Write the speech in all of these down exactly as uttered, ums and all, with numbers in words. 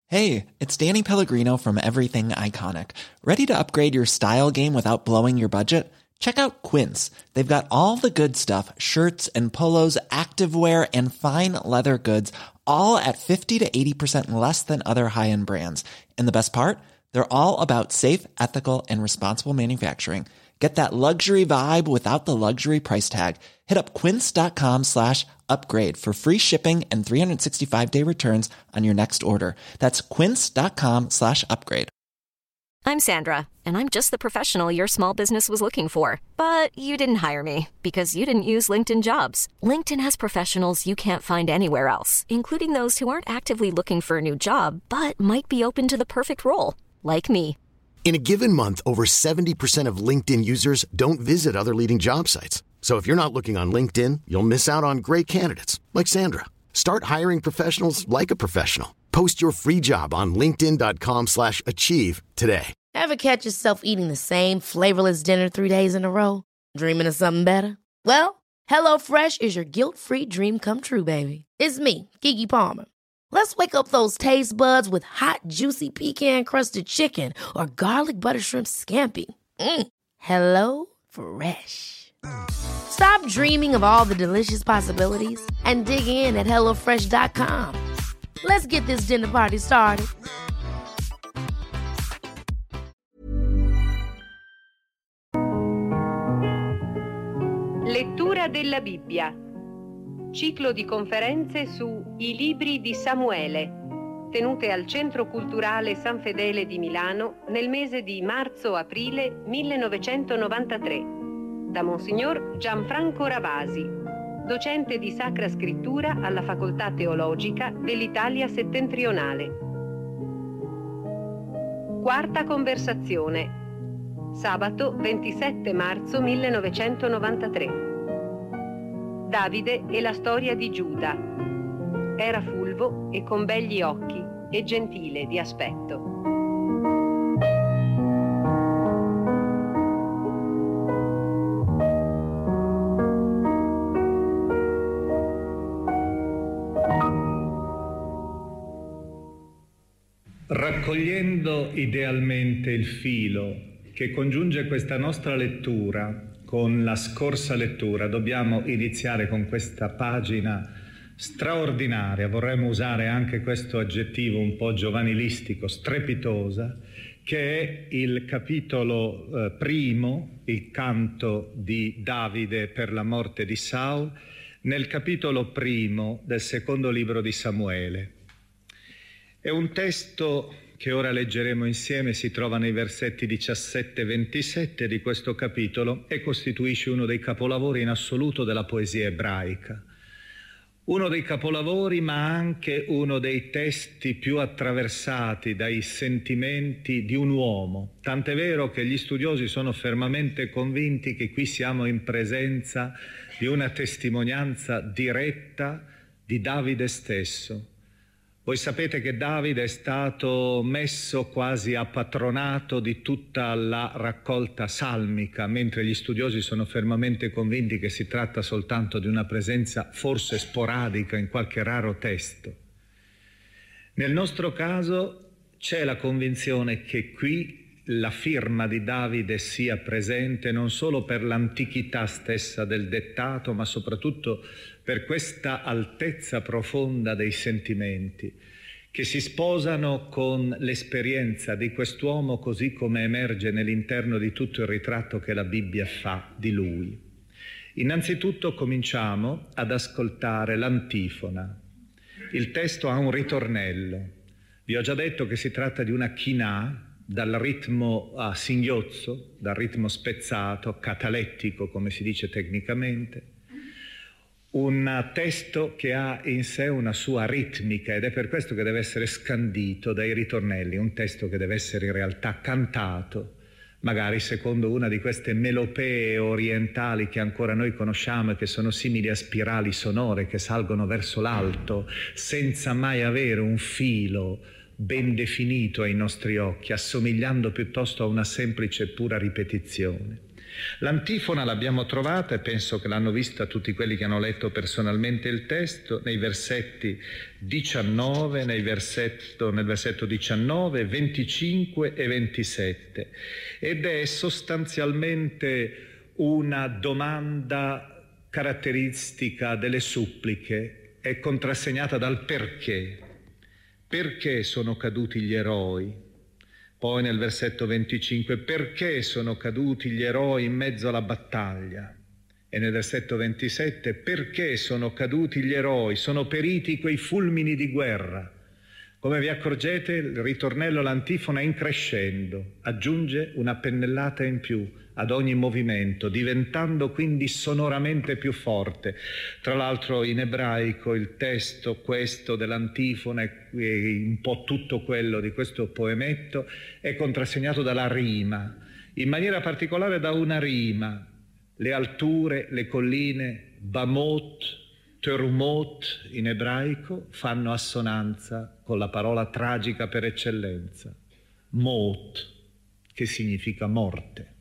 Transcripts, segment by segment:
Hey, it's Danny Pellegrino from Everything Iconic. Ready to upgrade your style game without blowing your budget? Check out Quince. They've got all the good stuff, shirts and polos, activewear, and fine leather goods, all at fifty to eighty percent less than other high-end brands. And the best part? They're all about safe, ethical, and responsible manufacturing. Get that luxury vibe without the luxury price tag. Hit up quince.com slash upgrade for free shipping and three sixty-five day returns on your next order. That's quince.com slash upgrade. I'm Sandra, and I'm just the professional your small business was looking for. But you didn't hire me because you didn't use LinkedIn Jobs. LinkedIn has professionals you can't find anywhere else, including those who aren't actively looking for a new job, but might be open to the perfect role, like me. In a given month, over seventy percent of LinkedIn users don't visit other leading job sites. So if you're not looking on LinkedIn, you'll miss out on great candidates like Sandra. Start hiring professionals like a professional. Post your free job on linkedin.com slash achieve today. Ever catch yourself eating the same flavorless dinner three days in a row? Dreaming of something better? Well, HelloFresh is your guilt-free dream come true, baby. It's me, Keke Palmer. Let's wake up those taste buds with hot, juicy pecan-crusted chicken or garlic butter shrimp scampi. Mm. Hello Fresh. Stop dreaming of all the delicious possibilities and dig in at hello fresh dot com. Let's get this dinner party started. Lettura della Bibbia. Ciclo di conferenze su I libri di Samuele, tenute al Centro Culturale San Fedele di Milano nel mese di marzo-aprile millenovecentonovantatré, da Monsignor Gianfranco Ravasi, docente di Sacra Scrittura alla Facoltà Teologica dell'Italia Settentrionale. Quarta conversazione, sabato ventisette marzo millenovecentonovantatré. Davide e la storia di Giuda. Era fulvo e con begli occhi e gentile di aspetto. Raccogliendo idealmente il filo che congiunge questa nostra lettura con la scorsa lettura, dobbiamo iniziare con questa pagina straordinaria, vorremmo usare anche questo aggettivo un po' giovanilistico, strepitosa, che è il capitolo eh, primo, il canto di Davide per la morte di Saul, nel capitolo primo del secondo libro di Samuele. È un testo che ora leggeremo insieme, si trova nei versetti diciassette e ventisette di questo capitolo e costituisce uno dei capolavori in assoluto della poesia ebraica. Uno dei capolavori, ma anche uno dei testi più attraversati dai sentimenti di un uomo. Tant'è vero che gli studiosi sono fermamente convinti che qui siamo in presenza di una testimonianza diretta di Davide stesso. Voi sapete che Davide è stato messo quasi a patronato di tutta la raccolta salmica, mentre gli studiosi sono fermamente convinti che si tratta soltanto di una presenza forse sporadica in qualche raro testo. Nel nostro caso c'è la convinzione che qui la firma di Davide sia presente non solo per l'antichità stessa del dettato, ma soprattutto per questa altezza profonda dei sentimenti che si sposano con l'esperienza di quest'uomo così come emerge nell'interno di tutto il ritratto che la Bibbia fa di lui. Innanzitutto cominciamo ad ascoltare l'antifona. Il testo ha un ritornello. Vi ho già detto che si tratta di una chinà dal ritmo a singhiozzo, dal ritmo spezzato, catalettico come si dice tecnicamente. Un testo che ha in sé una sua ritmica ed è per questo che deve essere scandito dai ritornelli, un testo che deve essere in realtà cantato, magari secondo una di queste melopee orientali che ancora noi conosciamo e che sono simili a spirali sonore che salgono verso l'alto senza mai avere un filo ben definito ai nostri occhi, assomigliando piuttosto a una semplice e pura ripetizione. L'antifona l'abbiamo trovata, e penso che l'hanno vista tutti quelli che hanno letto personalmente il testo, nei versetti diciannove, nei versetto, nel versetto diciannove, venticinque e ventisette, ed è sostanzialmente una domanda caratteristica delle suppliche, è contrassegnata dal perché. Perché sono caduti gli eroi? Poi nel versetto venticinque, perché sono caduti gli eroi in mezzo alla battaglia? E nel versetto ventisette, perché sono caduti gli eroi? Sono periti quei fulmini di guerra. Come vi accorgete, il ritornello, l'antifona in crescendo, aggiunge una pennellata in più ad ogni movimento, diventando quindi sonoramente più forte. Tra l'altro in ebraico il testo questo dell'antifona e un po' tutto quello di questo poemetto è contrassegnato dalla rima, in maniera particolare da una rima. Le alture, le colline, Bamot, Terumot in ebraico fanno assonanza con la parola tragica per eccellenza, Mot, che significa morte.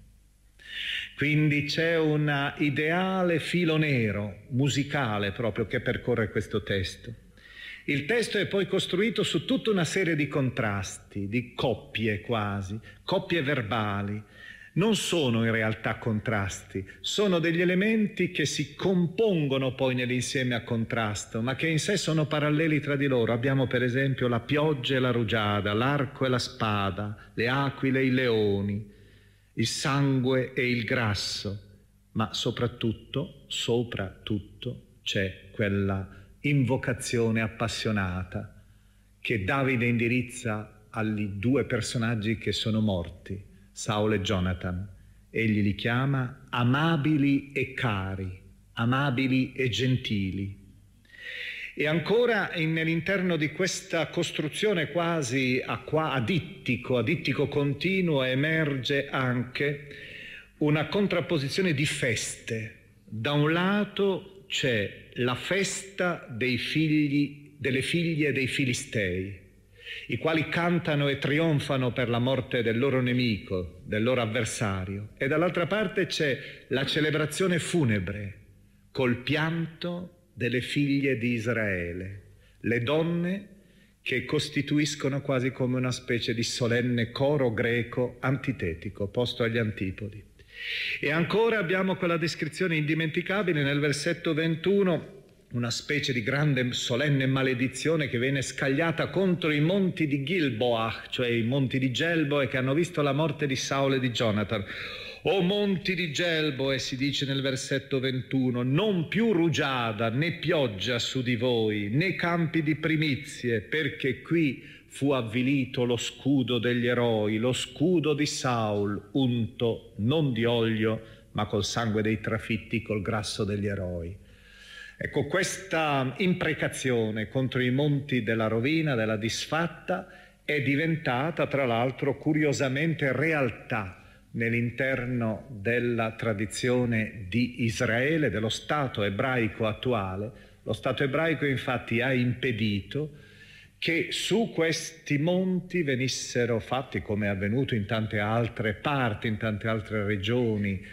Quindi c'è un ideale filo nero, musicale proprio, che percorre questo testo. Il testo è poi costruito su tutta una serie di contrasti, di coppie quasi, coppie verbali. Non sono in realtà contrasti, sono degli elementi che si compongono poi nell'insieme a contrasto, ma che in sé sono paralleli tra di loro. Abbiamo per esempio la pioggia e la rugiada, l'arco e la spada, le aquile e i leoni, il sangue e il grasso, ma soprattutto, soprattutto c'è quella invocazione appassionata che Davide indirizza agli due personaggi che sono morti, Saul e Jonathan. Egli li chiama amabili e cari, amabili e gentili. E ancora in, nell'interno di questa costruzione quasi a qua, adittico, adittico continuo, emerge anche una contrapposizione di feste. Da un lato c'è la festa dei figli, delle figlie dei Filistei, i quali cantano e trionfano per la morte del loro nemico, del loro avversario, e dall'altra parte c'è la celebrazione funebre col pianto delle figlie di Israele, le donne che costituiscono quasi come una specie di solenne coro greco antitetico, posto agli antipodi. E ancora abbiamo quella descrizione indimenticabile nel versetto ventuno, una specie di grande solenne maledizione che viene scagliata contro i monti di Gilboa, cioè i monti di Gelboe che hanno visto la morte di Saul e di Jonathan. O monti di Gelboe, si dice nel versetto ventuno, non più rugiada né pioggia su di voi, né campi di primizie, perché qui fu avvilito lo scudo degli eroi, lo scudo di Saul, unto non di olio, ma col sangue dei trafitti, col grasso degli eroi. Ecco, questa imprecazione contro i monti della rovina, della disfatta, è diventata tra l'altro curiosamente realtà nell'interno della tradizione di Israele, dello Stato ebraico attuale. Lo Stato ebraico infatti ha impedito che su questi monti venissero fatti, come è avvenuto in tante altre parti, in tante altre regioni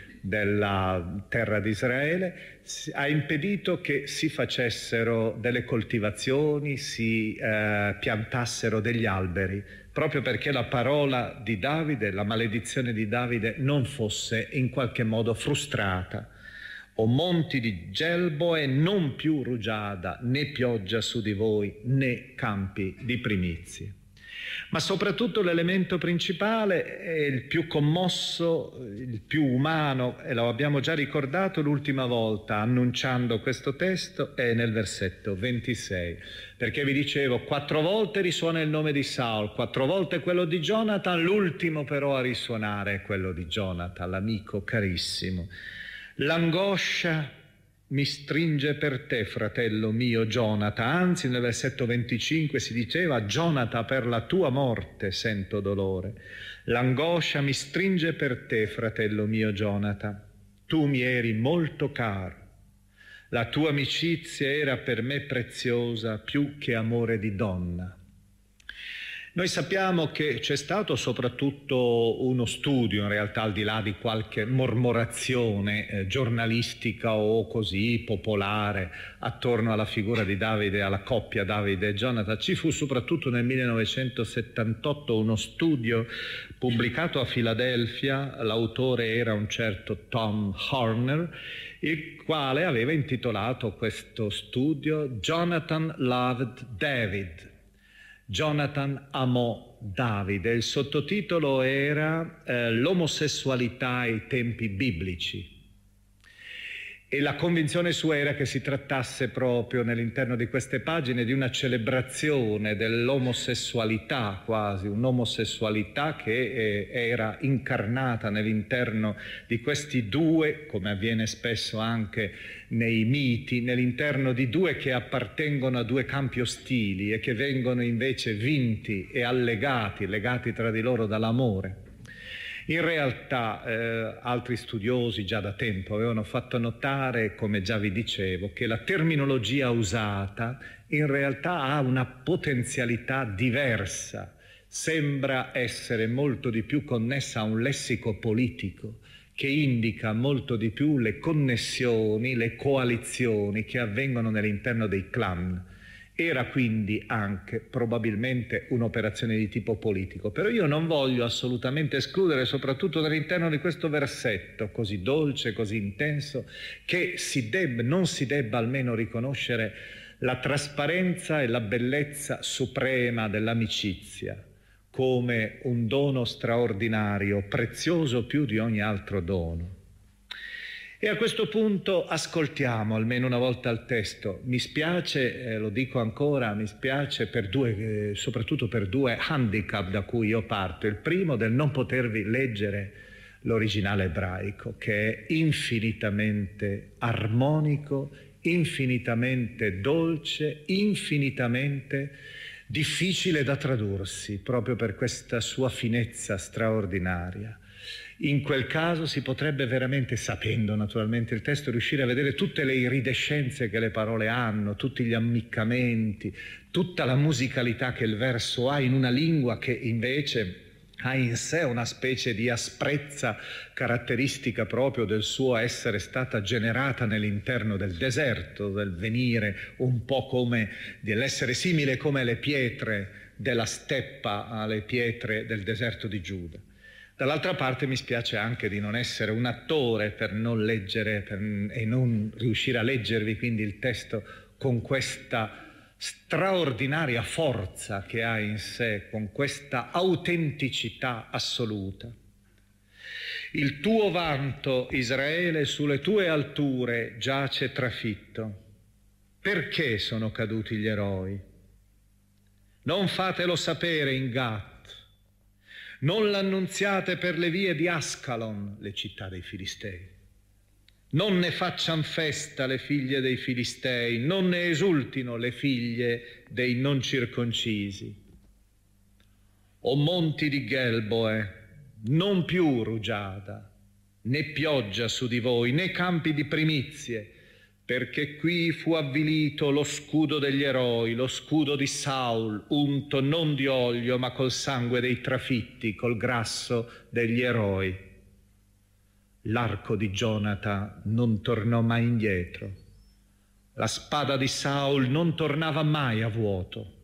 della terra di Israele, ha impedito che si facessero delle coltivazioni, si eh, piantassero degli alberi, proprio perché la parola di Davide, la maledizione di Davide non fosse in qualche modo frustrata. O monti di Gelboe, non più rugiada né pioggia su di voi, né campi di primizie. Ma soprattutto l'elemento principale è il più commosso, il più umano, e lo abbiamo già ricordato l'ultima volta annunciando questo testo, è nel versetto ventisei, perché vi dicevo quattro volte risuona il nome di Saul, quattro volte quello di Jonathan, l'ultimo però a risuonare è quello di Jonathan, l'amico carissimo. L'angoscia mi stringe per te, fratello mio Jonathan, anzi nel versetto venticinque si diceva Jonathan, per la tua morte sento dolore. L'angoscia mi stringe per te, fratello mio Jonathan, tu mi eri molto caro, la tua amicizia era per me preziosa più che amore di donna. Noi sappiamo che c'è stato soprattutto uno studio, in realtà al di là di qualche mormorazione eh, giornalistica o così popolare attorno alla figura di Davide, alla coppia Davide e Jonathan, ci fu soprattutto nel millenovecentosettantotto uno studio pubblicato a Filadelfia, l'autore era un certo Tom Horner, il quale aveva intitolato questo studio Jonathan Loved David. Jonathan amò Davide, il sottotitolo era eh, l'omosessualità ai tempi biblici. E la convinzione sua era che si trattasse proprio nell'interno di queste pagine di una celebrazione dell'omosessualità, quasi un'omosessualità che eh, era incarnata nell'interno di questi due, come avviene spesso anche nei miti, nell'interno di due che appartengono a due campi ostili e che vengono invece vinti e allegati, legati tra di loro dall'amore. In realtà eh, altri studiosi già da tempo avevano fatto notare, come già vi dicevo, che la terminologia usata in realtà ha una potenzialità diversa, sembra essere molto di più connessa a un lessico politico che indica molto di più le connessioni, le coalizioni che avvengono all'interno dei clan. Era quindi anche probabilmente un'operazione di tipo politico, però io non voglio assolutamente escludere, soprattutto all'interno di questo versetto così dolce, così intenso, che si debba, non si debba almeno riconoscere la trasparenza e la bellezza suprema dell'amicizia come un dono straordinario, prezioso più di ogni altro dono. E a questo punto ascoltiamo almeno una volta il testo. Mi spiace, eh, lo dico ancora, mi spiace per due, eh, soprattutto per due handicap da cui io parto. Il primo del non potervi leggere l'originale ebraico, che è infinitamente armonico, infinitamente dolce, infinitamente difficile da tradursi, proprio per questa sua finezza straordinaria. In quel caso si potrebbe veramente, sapendo naturalmente il testo, riuscire a vedere tutte le iridescenze che le parole hanno, tutti gli ammiccamenti, tutta la musicalità che il verso ha in una lingua che invece ha in sé una specie di asprezza caratteristica proprio del suo essere stata generata nell'interno del deserto, del venire un po' come, dell'essere simile come le pietre della steppa alle pietre del deserto di Giuda. Dall'altra parte mi spiace anche di non essere un attore per non leggere per, e non riuscire a leggervi quindi il testo con questa straordinaria forza che ha in sé, con questa autenticità assoluta. Il tuo vanto, Israele, sulle tue alture giace trafitto. Perché sono caduti gli eroi? Non fatelo sapere in Gat. Non l'annunziate per le vie di Ascalon, le città dei Filistei. Non ne faccian festa le figlie dei Filistei, non ne esultino le figlie dei non circoncisi. O monti di Gelboe, non più rugiada, né pioggia su di voi, né campi di primizie, perché qui fu avvilito lo scudo degli eroi, lo scudo di Saul, unto non di olio, ma col sangue dei trafitti, col grasso degli eroi. L'arco di Jonathan non tornò mai indietro. La spada di Saul non tornava mai a vuoto.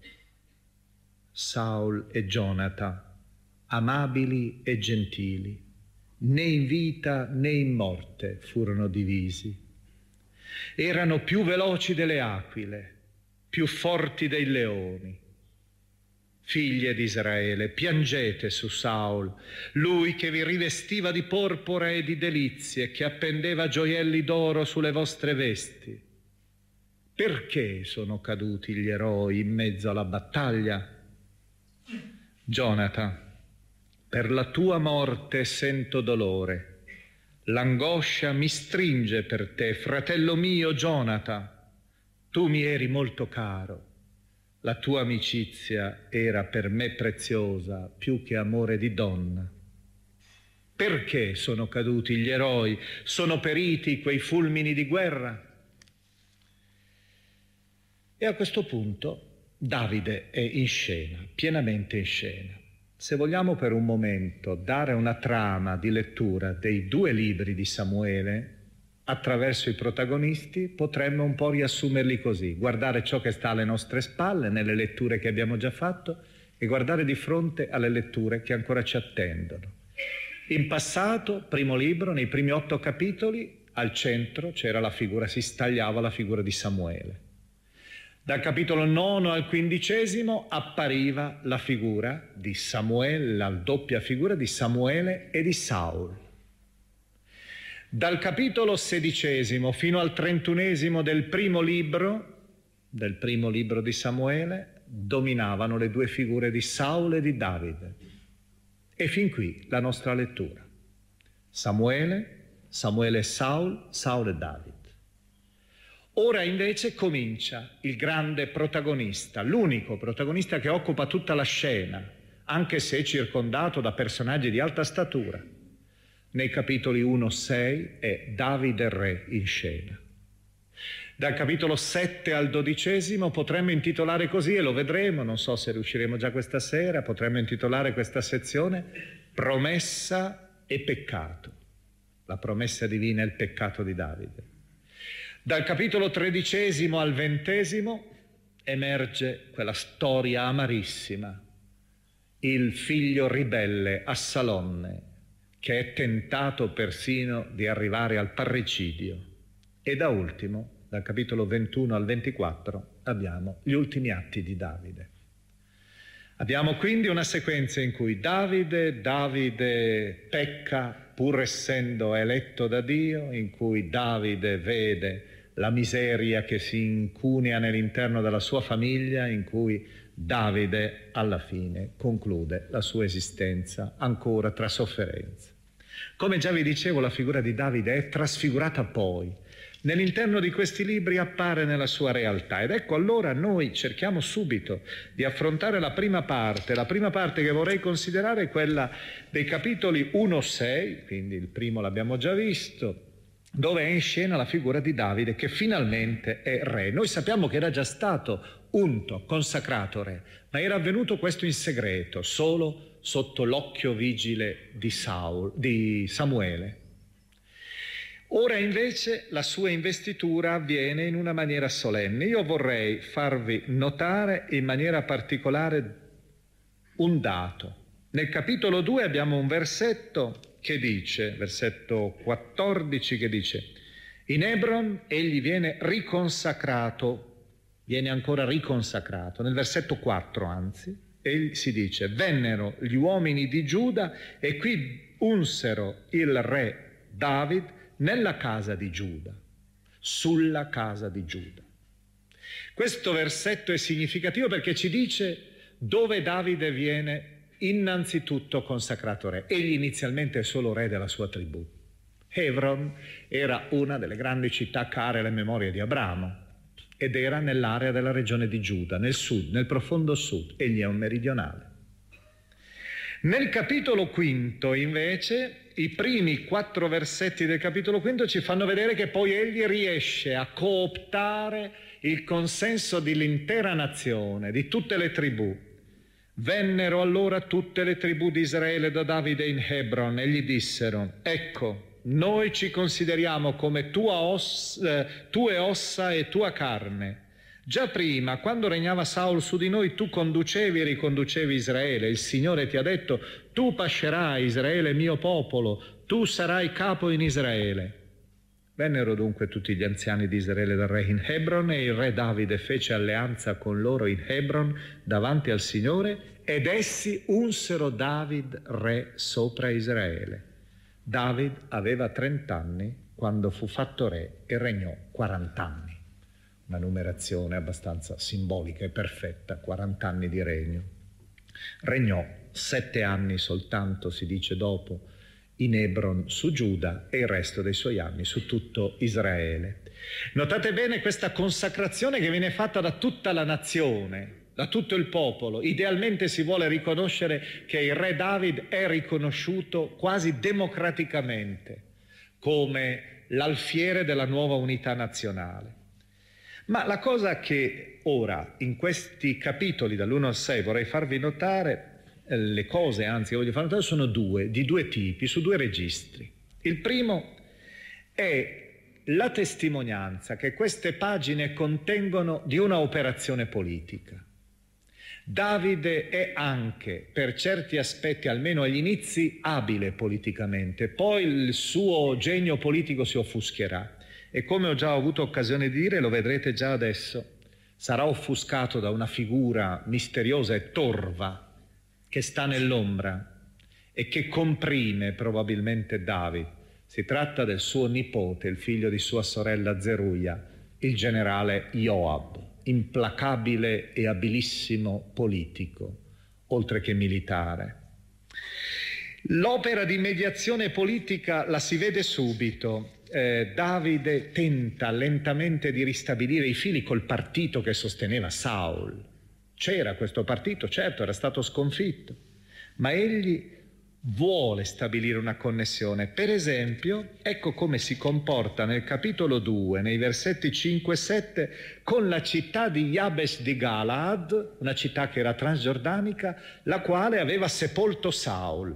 Saul e Jonathan, amabili e gentili, né in vita né in morte furono divisi. Erano più veloci delle aquile, più forti dei leoni. Figlie di Israele, piangete su Saul, lui che vi rivestiva di porpora e di delizie, che appendeva gioielli d'oro sulle vostre vesti. Perché sono caduti gli eroi in mezzo alla battaglia? Jonathan, per la tua morte sento dolore. L'angoscia mi stringe per te, fratello mio Jonathan. Tu mi eri molto caro. La tua amicizia era per me preziosa, più che amore di donna. Perché sono caduti gli eroi? Sono periti quei fulmini di guerra? E a questo punto Davide è in scena, pienamente in scena. Se vogliamo per un momento dare una trama di lettura dei due libri di Samuele attraverso i protagonisti, potremmo un po' riassumerli così: guardare ciò che sta alle nostre spalle, nelle letture che abbiamo già fatto, e guardare di fronte alle letture che ancora ci attendono. In passato, primo libro, nei primi otto capitoli, al centro c'era la figura, si stagliava la figura di Samuele. Dal capitolo nono al quindicesimo appariva la figura di Samuele, la doppia figura di Samuele e di Saul. Dal capitolo sedicesimo fino al trentunesimo del primo libro, del primo libro di Samuele, dominavano le due figure di Saul e di Davide. E fin qui la nostra lettura. Samuele, Samuele e Saul, Saul e Davide. Ora invece comincia il grande protagonista, l'unico protagonista che occupa tutta la scena, anche se circondato da personaggi di alta statura. Nei capitoli uno sei è Davide re in scena. Dal capitolo sette al dodicesimo potremmo intitolare così, e lo vedremo, non so se riusciremo già questa sera, potremmo intitolare questa sezione Promessa e peccato. La promessa divina e il peccato di Davide. Dal capitolo tredicesimo al ventesimo emerge quella storia amarissima, il figlio ribelle Assalonne, che è tentato persino di arrivare al parricidio. E da ultimo, dal capitolo ventuno al ventiquattro, abbiamo gli ultimi atti di Davide. Abbiamo quindi una sequenza in cui Davide, Davide pecca pur essendo eletto da Dio, in cui Davide vede la miseria che si incunea nell'interno della sua famiglia, in cui Davide alla fine conclude la sua esistenza ancora tra sofferenze. Come già vi dicevo, la figura di Davide è trasfigurata poi. Nell'interno di questi libri appare nella sua realtà, ed ecco allora noi cerchiamo subito di affrontare la prima parte. La prima parte che vorrei considerare è quella dei capitoli uno sei, quindi il primo l'abbiamo già visto, dove è in scena la figura di Davide che finalmente è re. Noi sappiamo che era già stato unto, consacrato re, ma era avvenuto questo in segreto, solo sotto l'occhio vigile di, Saul, di Samuele. Ora invece la sua investitura avviene in una maniera solenne. Io vorrei farvi notare in maniera particolare un dato. Nel capitolo due abbiamo un versetto che dice, versetto quattordici, che dice: in Hebron egli viene riconsacrato, viene ancora riconsacrato. Nel versetto quattro anzi, egli si dice: vennero gli uomini di Giuda e qui unsero il re David nella casa di Giuda, sulla casa di Giuda. Questo versetto è significativo perché ci dice dove Davide viene innanzitutto consacrato re. Egli inizialmente è solo re della sua tribù. Hebron era una delle grandi città care alle memorie di Abramo ed era nell'area della regione di Giuda, nel sud, nel profondo sud. Egli è un meridionale. Nel capitolo quinto, invece, i primi quattro versetti del capitolo quinto ci fanno vedere che poi egli riesce a cooptare il consenso dell'intera nazione, di tutte le tribù. Vennero allora tutte le tribù di Israele da Davide in Hebron e gli dissero: ecco, noi ci consideriamo come tua os- eh, tue ossa e tua carne. Già prima, quando regnava Saul su di noi, tu conducevi e riconducevi Israele. Il Signore ti ha detto: tu pascerai Israele, mio popolo, tu sarai capo in Israele. Vennero dunque tutti gli anziani di Israele dal re in Hebron, e il re Davide fece alleanza con loro in Hebron davanti al Signore, ed essi unsero David re sopra Israele. David aveva trent'anni quando fu fatto re e regnò quarant'anni. Una numerazione abbastanza simbolica e perfetta, quarant'anni di regno. Regnò sette anni soltanto, si dice dopo, in Hebron su Giuda e il resto dei suoi anni su tutto Israele. Notate bene questa consacrazione che viene fatta da tutta la nazione, da tutto il popolo. Idealmente si vuole riconoscere che il re David è riconosciuto quasi democraticamente come l'alfiere della nuova unità nazionale. Ma la cosa che ora, in questi capitoli dall'uno al sei, vorrei farvi notare, eh, le cose anzi che voglio far notare sono due, di due tipi, su due registri. Il primo è la testimonianza che queste pagine contengono di una operazione politica. Davide è anche, per certi aspetti, almeno agli inizi, abile politicamente, poi il suo genio politico si offuscherà e, come ho già avuto occasione di dire, lo vedrete già adesso, sarà offuscato da una figura misteriosa e torva che sta nell'ombra e che comprime probabilmente Davide. Si tratta del suo nipote, il figlio di sua sorella Zeruia, il generale Joab, implacabile e abilissimo politico, oltre che militare. L'opera di mediazione politica la si vede subito. Eh, Davide tenta lentamente di ristabilire i fili col partito che sosteneva Saul. C'era questo partito, certo, era stato sconfitto, ma egli vuole stabilire una connessione. Per esempio, ecco come si comporta nel capitolo due, nei versetti cinque e sette, con la città di Jabesh di Galaad, una città che era transgiordanica, la quale aveva sepolto Saul.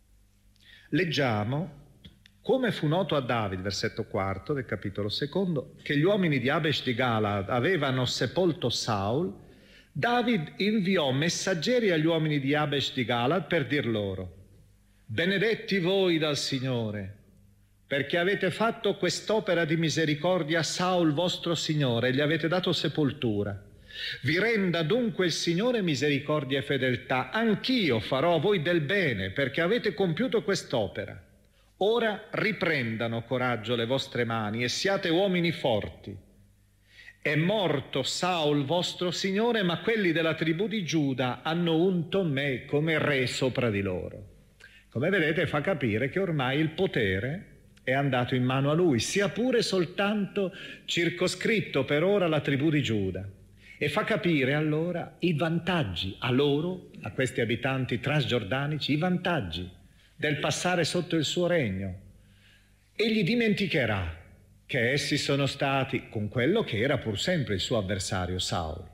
Leggiamo come fu noto a Davide, versetto quarto del capitolo secondo, che gli uomini di Jabesh di Galaad avevano sepolto Saul. David inviò messaggeri agli uomini di Jabesh di Galaad per dir loro: benedetti voi dal Signore, perché avete fatto quest'opera di misericordia a Saul vostro Signore e gli avete dato sepoltura. Vi renda dunque il Signore misericordia e fedeltà. Anch'io farò a voi del bene, perché avete compiuto quest'opera. Ora riprendano coraggio le vostre mani e siate uomini forti. È morto Saul vostro Signore, ma quelli della tribù di Giuda hanno unto me come re sopra di loro. Come vedete, fa capire che ormai il potere è andato in mano a lui, sia pure soltanto circoscritto per ora alla tribù di Giuda. E fa capire allora i vantaggi a loro, a questi abitanti transgiordanici, i vantaggi del passare sotto il suo regno. Egli dimenticherà che essi sono stati con quello che era pur sempre il suo avversario Saul.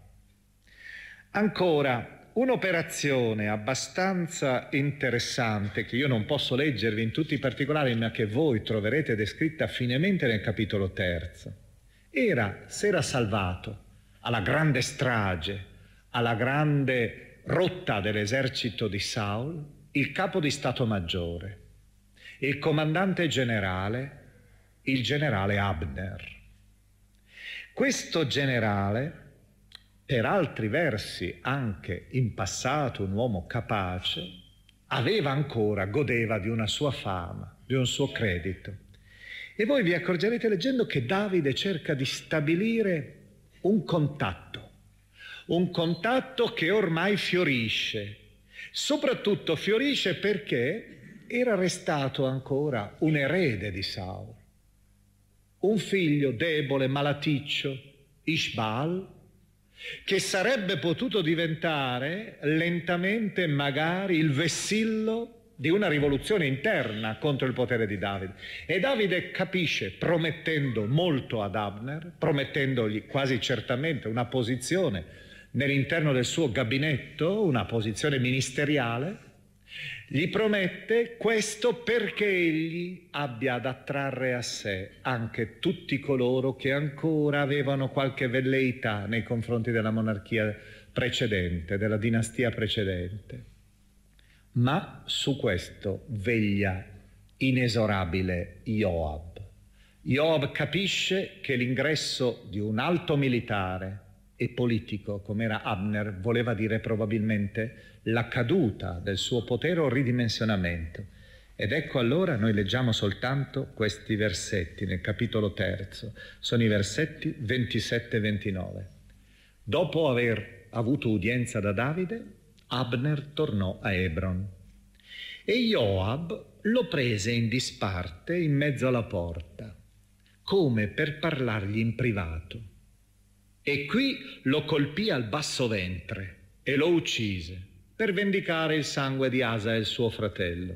Ancora, un'operazione abbastanza interessante che io non posso leggervi in tutti i particolari, ma che voi troverete descritta finemente nel capitolo terzo. Era, s'era salvato alla grande strage, alla grande rotta dell'esercito di Saul, il capo di Stato Maggiore, il comandante generale, il generale Abner. Questo generale, per altri versi anche in passato un uomo capace, aveva ancora, godeva di una sua fama, di un suo credito. E voi vi accorgerete leggendo che Davide cerca di stabilire un contatto, un contatto che ormai fiorisce. Soprattutto fiorisce perché era restato ancora un erede di Saul, un figlio debole, malaticcio, Ishbaal, che sarebbe potuto diventare lentamente magari il vessillo di una rivoluzione interna contro il potere di Davide. E Davide capisce, promettendo molto ad Abner, promettendogli quasi certamente una posizione nell'interno del suo gabinetto, una posizione ministeriale, gli promette questo perché egli abbia ad attrarre a sé anche tutti coloro che ancora avevano qualche velleità nei confronti della monarchia precedente, della dinastia precedente. Ma su questo veglia inesorabile Joab. Joab capisce che l'ingresso di un alto militare e politico come era Abner voleva dire probabilmente la caduta del suo potere o ridimensionamento. Ed ecco allora noi leggiamo soltanto questi versetti nel capitolo terzo, sono i versetti ventisette e ventinove. Dopo aver avuto udienza da Davide, Abner tornò a Hebron e Joab lo prese in disparte in mezzo alla porta, come per parlargli in privato. E qui lo colpì al basso ventre e lo uccise per vendicare il sangue di Asael suo fratello.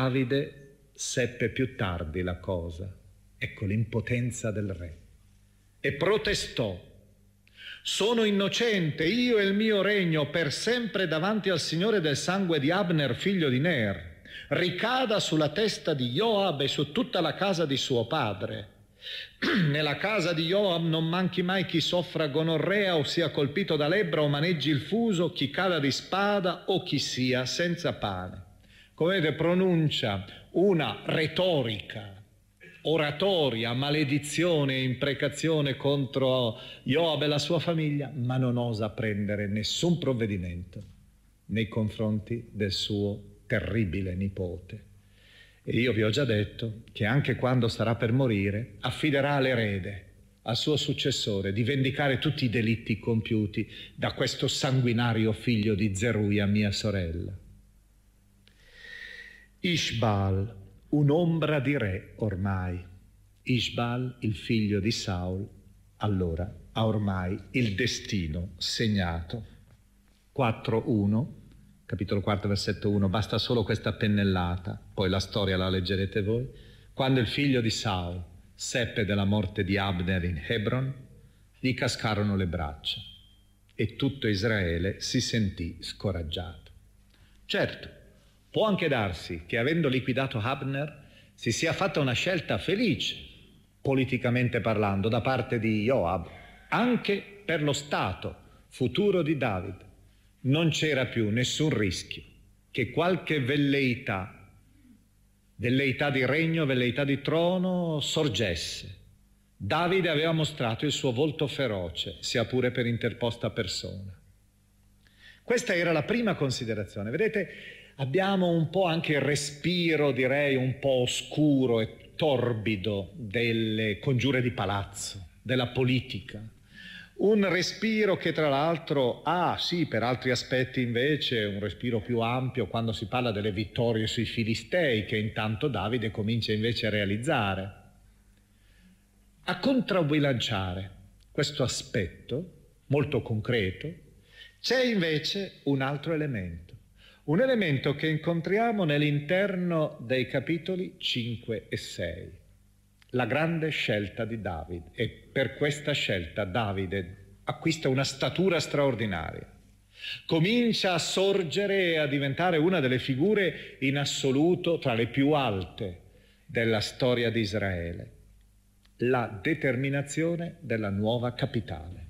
Davide seppe più tardi la cosa. Ecco l'impotenza del re. e protestò: sono innocente, io e il mio regno, per sempre davanti al Signore del sangue di Abner, figlio di Ner. Ricada sulla testa di Joab e su tutta la casa di suo padre. Nella casa di Joab non manchi mai chi soffra gonorrea o sia colpito da lebbra o maneggi il fuso, chi cada di spada o chi sia senza pane. Come vedete, pronuncia una retorica, oratoria, maledizione e imprecazione contro Joab e la sua famiglia, ma non osa prendere nessun provvedimento nei confronti del suo terribile nipote. E io vi ho già detto che anche quando starà per morire affiderà all'erede, al suo successore, di vendicare tutti i delitti compiuti da questo sanguinario figlio di Zeruia, mia sorella. Ishbal, un'ombra di re ormai. Ishbal, il figlio di Saul, allora ha ormai il destino segnato. quattro uno, capitolo quattro, versetto uno, basta solo questa pennellata, poi la storia la leggerete voi. Quando il figlio di Saul seppe della morte di Abner in Hebron, gli cascarono le braccia e tutto Israele si sentì scoraggiato. Certo, può anche darsi che avendo liquidato Abner si sia fatta una scelta felice, politicamente parlando, da parte di Joab, anche per lo stato futuro di David. Non c'era più nessun rischio che qualche velleità, velleità di regno, velleità di trono sorgesse. Davide aveva mostrato il suo volto feroce, sia pure per interposta persona. Questa era la prima considerazione. Vedete, abbiamo un po' anche il respiro, direi, un po' oscuro e torbido delle congiure di palazzo, della politica. Un respiro che tra l'altro ha, sì, per altri aspetti invece, un respiro più ampio quando si parla delle vittorie sui Filistei, che intanto Davide comincia invece a realizzare. A contrabbilanciare questo aspetto molto concreto c'è invece un altro elemento, un elemento che incontriamo nell'interno dei capitoli cinque e sei. La grande scelta di Davide, e per questa scelta Davide acquista una statura straordinaria. Comincia a sorgere e a diventare una delle figure in assoluto tra le più alte della storia di Israele. La determinazione della nuova capitale.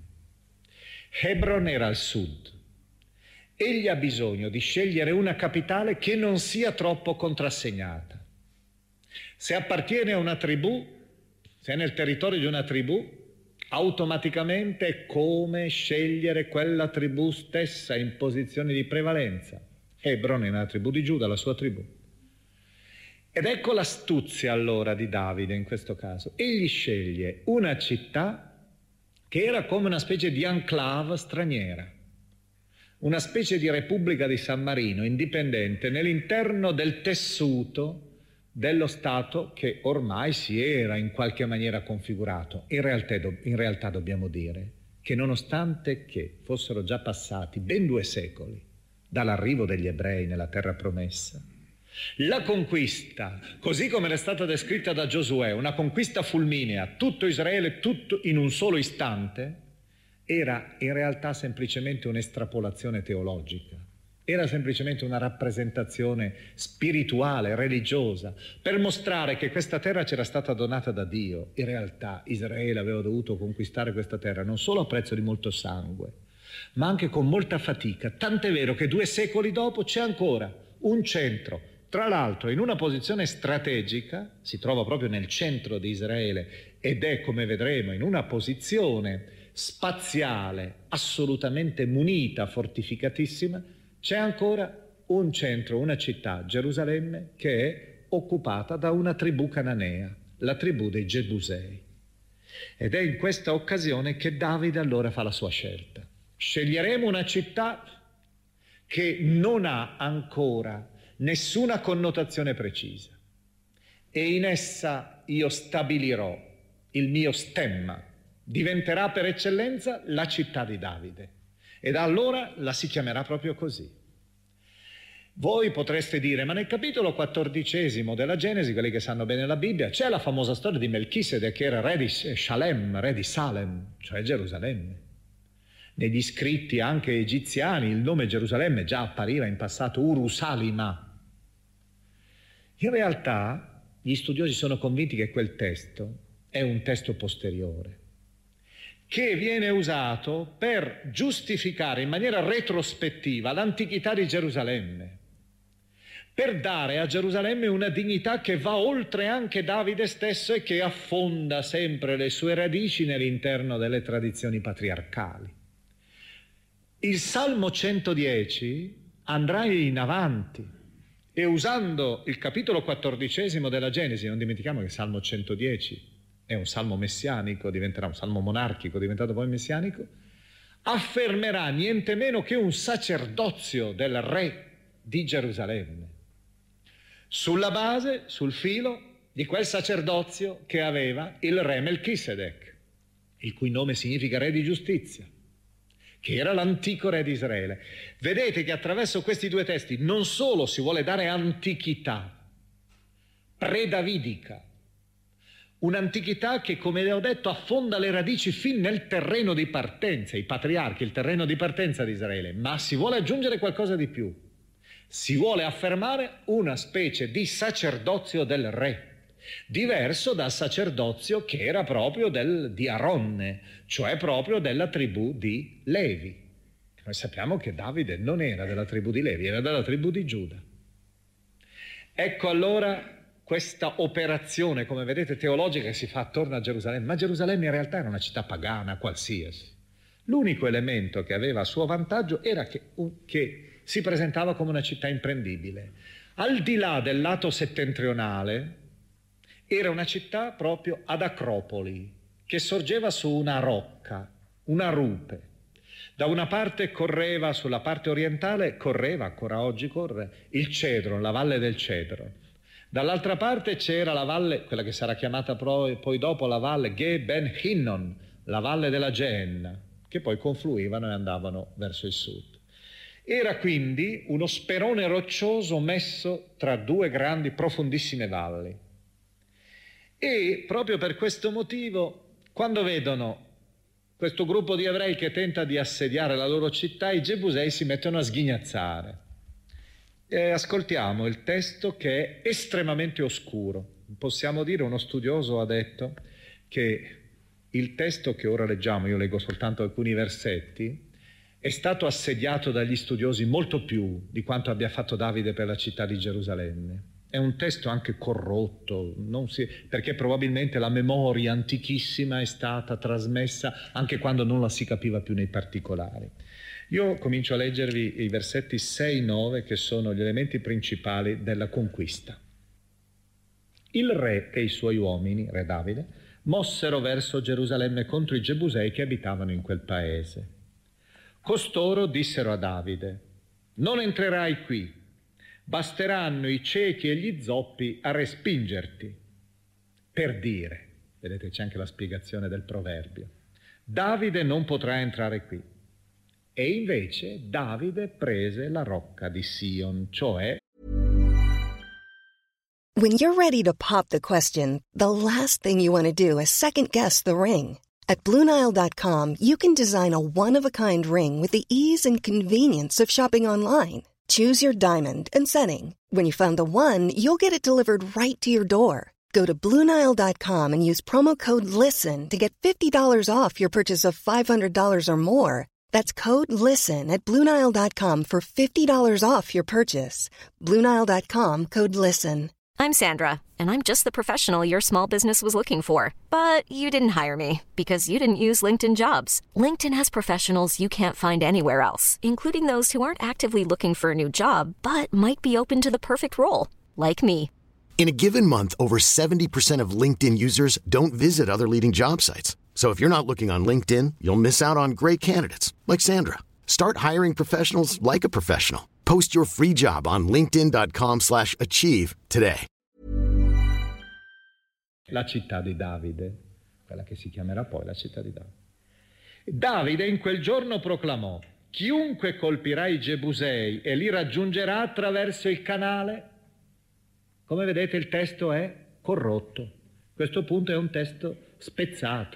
Hebron era al sud. Egli ha bisogno di scegliere una capitale che non sia troppo contrassegnata. Se appartiene a una tribù, se è nel territorio di una tribù, automaticamente è come scegliere quella tribù stessa in posizione di prevalenza. Hebron è una tribù di Giuda, la sua tribù. Ed ecco l'astuzia allora di Davide in questo caso. Egli sceglie una città che era come una specie di enclave straniera, una specie di Repubblica di San Marino indipendente nell'interno del tessuto dello Stato che ormai si era in qualche maniera configurato. In realtà, in realtà dobbiamo dire che nonostante che fossero già passati ben due secoli dall'arrivo degli ebrei nella terra promessa, la conquista, così come è stata descritta da Giosuè, una conquista fulminea, tutto Israele, tutto in un solo istante, era in realtà semplicemente un'estrapolazione teologica. Era semplicemente una rappresentazione spirituale, religiosa, per mostrare che questa terra c'era stata donata da Dio. In realtà Israele aveva dovuto conquistare questa terra non solo a prezzo di molto sangue, ma anche con molta fatica. Tant'è vero che due secoli dopo c'è ancora un centro, tra l'altro in una posizione strategica, si trova proprio nel centro di Israele ed è, come vedremo, in una posizione spaziale assolutamente munita, fortificatissima. C'è ancora un centro, una città, Gerusalemme, che è occupata da una tribù cananea, la tribù dei Gebusei. Ed è in questa occasione che Davide allora fa la sua scelta. Sceglieremo una città che non ha ancora nessuna connotazione precisa e in essa io stabilirò il mio stemma. Diventerà per eccellenza la città di Davide. E da allora la si chiamerà proprio così. Voi potreste dire, ma nel capitolo quattordicesimo della Genesi, quelli che sanno bene la Bibbia, c'è la famosa storia di Melchissede che era re di Shalem, re di Salem, cioè Gerusalemme. Negli scritti anche egiziani il nome Gerusalemme già appariva in passato, Urusalima. In realtà gli studiosi sono convinti che quel testo è un testo posteriore, che viene usato per giustificare in maniera retrospettiva l'antichità di Gerusalemme, per dare a Gerusalemme una dignità che va oltre anche Davide stesso e che affonda sempre le sue radici nell'interno delle tradizioni patriarcali. Il Salmo centodieci andrà in avanti e usando il capitolo quattordicesimo della Genesi, non dimentichiamo che il Salmo centodieci è un salmo messianico, diventerà un salmo monarchico, diventato poi messianico, affermerà niente meno che un sacerdozio del re di Gerusalemme, sulla base, sul filo di quel sacerdozio che aveva il re Melchisedec, il cui nome significa re di giustizia, che era l'antico re di Israele. Vedete che attraverso questi due testi non solo si vuole dare antichità pre-davidica, un'antichità che, come ho detto, affonda le radici fin nel terreno di partenza, i patriarchi, il terreno di partenza di Israele, ma si vuole aggiungere qualcosa di più. Si vuole affermare una specie di sacerdozio del re, diverso dal sacerdozio che era proprio del, di Aronne, cioè proprio della tribù di Levi. Noi sappiamo che Davide non era della tribù di Levi, era della tribù di Giuda. Ecco allora questa operazione, come vedete, teologica che si fa attorno a Gerusalemme, ma Gerusalemme in realtà era una città pagana qualsiasi. L'unico elemento che aveva a suo vantaggio era che, che si presentava come una città imprendibile. Al di là del lato settentrionale era una città proprio ad acropoli, che sorgeva su una rocca, una rupe. Da una parte correva, sulla parte orientale, correva, ancora oggi corre, il Cedro, la valle del Cedro. Dall'altra parte c'era la valle, quella che sarà chiamata poi dopo la valle Ge Ben Hinnon, la valle della Geenna, che poi confluivano e andavano verso il sud. Era quindi uno sperone roccioso messo tra due grandi, profondissime valli. E proprio per questo motivo, quando vedono questo gruppo di ebrei che tenta di assediare la loro città, i Gebusei si mettono a sghignazzare. E ascoltiamo il testo che è estremamente oscuro. Possiamo dire, uno studioso ha detto che il testo che ora leggiamo, io leggo soltanto alcuni versetti, è stato assediato dagli studiosi molto più di quanto abbia fatto Davide per la città di Gerusalemme. È un testo anche corrotto, non si, perché probabilmente la memoria antichissima è stata trasmessa anche quando non la si capiva più nei particolari. Io comincio a leggervi i versetti sei nove, che sono gli elementi principali della conquista. Il re e i suoi uomini, re Davide, mossero verso Gerusalemme contro i Gebusei che abitavano in quel paese. Costoro dissero a Davide: non entrerai qui, basteranno i ciechi e gli zoppi a respingerti. Per dire, vedete c'è anche la spiegazione del proverbio, Davide non potrà entrare qui. E invece Davide prese la rocca di Sion, cioè... When you're ready to pop the question, the last thing you want to do is second-guess the ring. At Blue Nile dot com, you can design a one-of-a-kind ring with the ease and convenience of shopping online. Choose your diamond and setting. When you find the one, you'll get it delivered right to your door. Go to Blue Nile dot com and use promo code LISTEN to get fifty dollars off your purchase of five hundred dollars or more. That's code LISTEN at Blue Nile dot com for fifty dollars off your purchase. Blue Nile dot com, code LISTEN. I'm Sandra, and I'm just the professional your small business was looking for. But you didn't hire me because you didn't use LinkedIn Jobs. LinkedIn has professionals you can't find anywhere else, including those who aren't actively looking for a new job, but might be open to the perfect role, like me. In a given month, over seventy percent of LinkedIn users don't visit other leading job sites. So if you're not looking on LinkedIn, you'll miss out on great candidates like Sandra. Start hiring professionals like a professional. Post your free job on linkedin dot com slash achieve today. La città di Davide, quella che si chiamerà poi la città di Davide. Davide in quel giorno proclamò: chiunque colpirà i Gebusei e li raggiungerà attraverso il canale. Come vedete il testo è corrotto. Questo punto è un testo spezzato.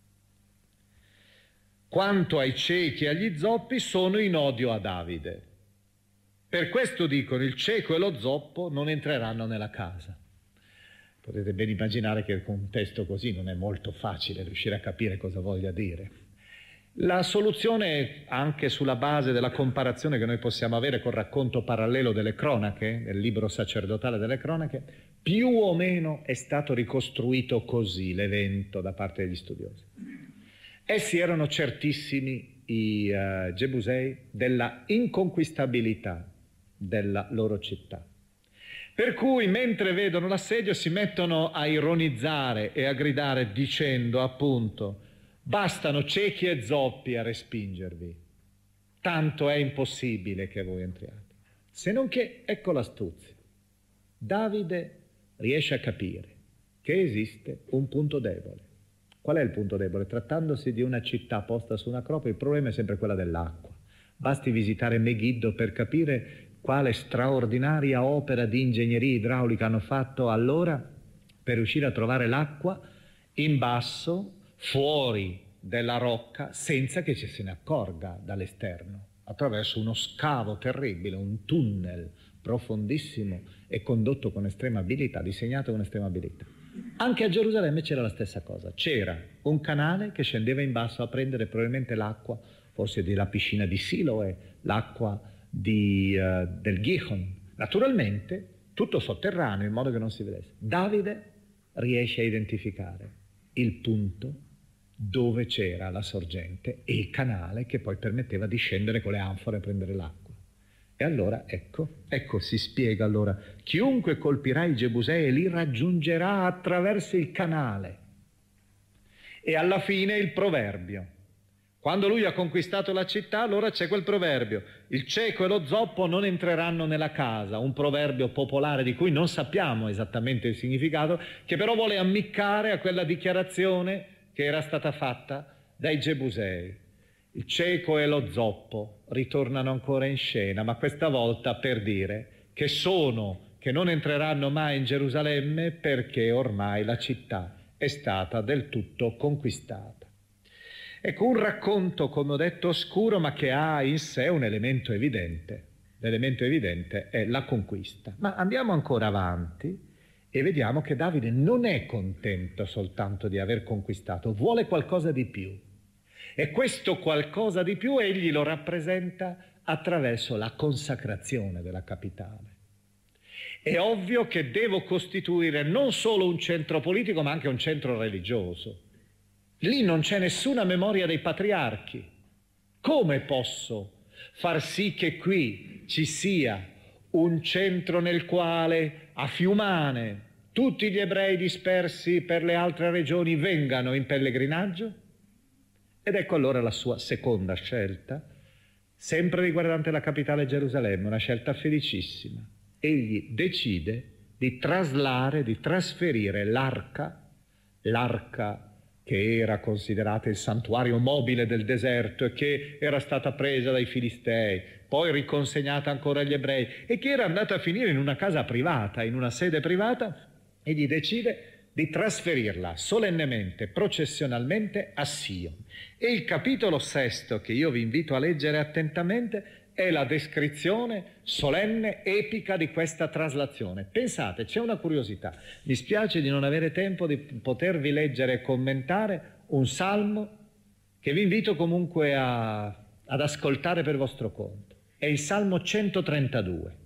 Quanto ai ciechi e agli zoppi sono in odio a Davide. Per questo dicono il cieco e lo zoppo non entreranno nella casa. Potete ben immaginare che con un testo così non è molto facile riuscire a capire cosa voglia dire. La soluzione, anche sulla base della comparazione che noi possiamo avere col racconto parallelo delle cronache, nel libro sacerdotale delle cronache, più o meno è stato ricostruito così l'evento da parte degli studiosi. Essi erano certissimi, i uh, Gebusei, della inconquistabilità della loro città. Per cui mentre vedono l'assedio si mettono a ironizzare e a gridare dicendo appunto: bastano ciechi e zoppi a respingervi, tanto è impossibile che voi entriate. Se non che, ecco l'astuzia, Davide riesce a capire che esiste un punto debole. Qual è il punto debole? Trattandosi di una città posta su un'acropoli, il problema è sempre quello dell'acqua. Basti visitare Megiddo per capire quale straordinaria opera di ingegneria idraulica hanno fatto allora per riuscire a trovare l'acqua in basso, fuori della rocca, senza che ci se ne accorga dall'esterno, attraverso uno scavo terribile, un tunnel profondissimo e condotto con estrema abilità, disegnato con estrema abilità. Anche a Gerusalemme c'era la stessa cosa, c'era un canale che scendeva in basso a prendere probabilmente l'acqua, forse della piscina di Siloe, l'acqua di, uh, del Gihon, naturalmente tutto sotterraneo in modo che non si vedesse. Davide riesce a identificare il punto dove c'era la sorgente e il canale che poi permetteva di scendere con le anfore a prendere l'acqua. E allora ecco, ecco si spiega allora, chiunque colpirà i Gebusei li raggiungerà attraverso il canale. E alla fine il proverbio. Quando lui ha conquistato la città, allora c'è quel proverbio: il cieco e lo zoppo non entreranno nella casa, un proverbio popolare di cui non sappiamo esattamente il significato, che però vuole ammiccare a quella dichiarazione che era stata fatta dai Gebusei. Il cieco e lo zoppo ritornano ancora in scena, ma questa volta per dire che sono, che non entreranno mai in Gerusalemme perché ormai la città è stata del tutto conquistata. Ecco, un racconto, come ho detto, oscuro, ma che ha in sé un elemento evidente. L'elemento evidente è la conquista. Ma andiamo ancora avanti e vediamo che Davide non è contento soltanto di aver conquistato, vuole qualcosa di più. E questo qualcosa di più egli lo rappresenta attraverso la consacrazione della capitale. È ovvio che devo costituire non solo un centro politico, ma anche un centro religioso. Lì non c'è nessuna memoria dei patriarchi. Come posso far sì che qui ci sia un centro nel quale a Fiumane tutti gli ebrei dispersi per le altre regioni vengano in pellegrinaggio? Ed ecco allora la sua seconda scelta, sempre riguardante la capitale Gerusalemme, una scelta felicissima. Egli decide di traslare, di trasferire l'arca, l'arca che era considerata il santuario mobile del deserto e che era stata presa dai Filistei, poi riconsegnata ancora agli ebrei e che era andata a finire in una casa privata, in una sede privata, egli decide di trasferirla solennemente, processionalmente a Sion. E il capitolo sesto, che io vi invito a leggere attentamente, è la descrizione solenne, epica di questa traslazione. Pensate, c'è una curiosità. Mi spiace di non avere tempo di potervi leggere e commentare un salmo che vi invito comunque a, ad ascoltare per vostro conto. È il Salmo centotrentadue.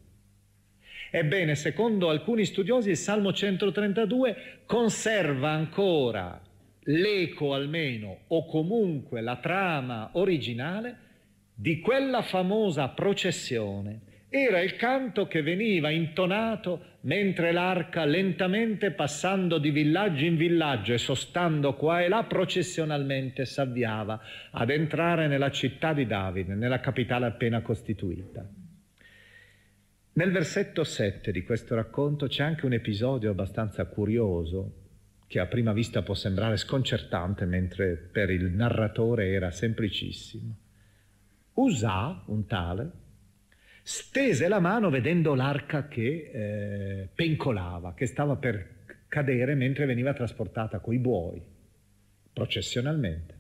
Ebbene, secondo alcuni studiosi, il Salmo centotrentadue conserva ancora l'eco almeno, o comunque la trama originale, di quella famosa processione. Era il canto che veniva intonato mentre l'arca, lentamente passando di villaggio in villaggio e sostando qua e là, processionalmente s'avviava ad entrare nella città di Davide, nella capitale appena costituita. Nel versetto sette di questo racconto c'è anche un episodio abbastanza curioso, che a prima vista può sembrare sconcertante, mentre per il narratore era semplicissimo. Usà, un tale, stese la mano vedendo l'arca che eh, pencolava, che stava per cadere mentre veniva trasportata coi buoi, processionalmente.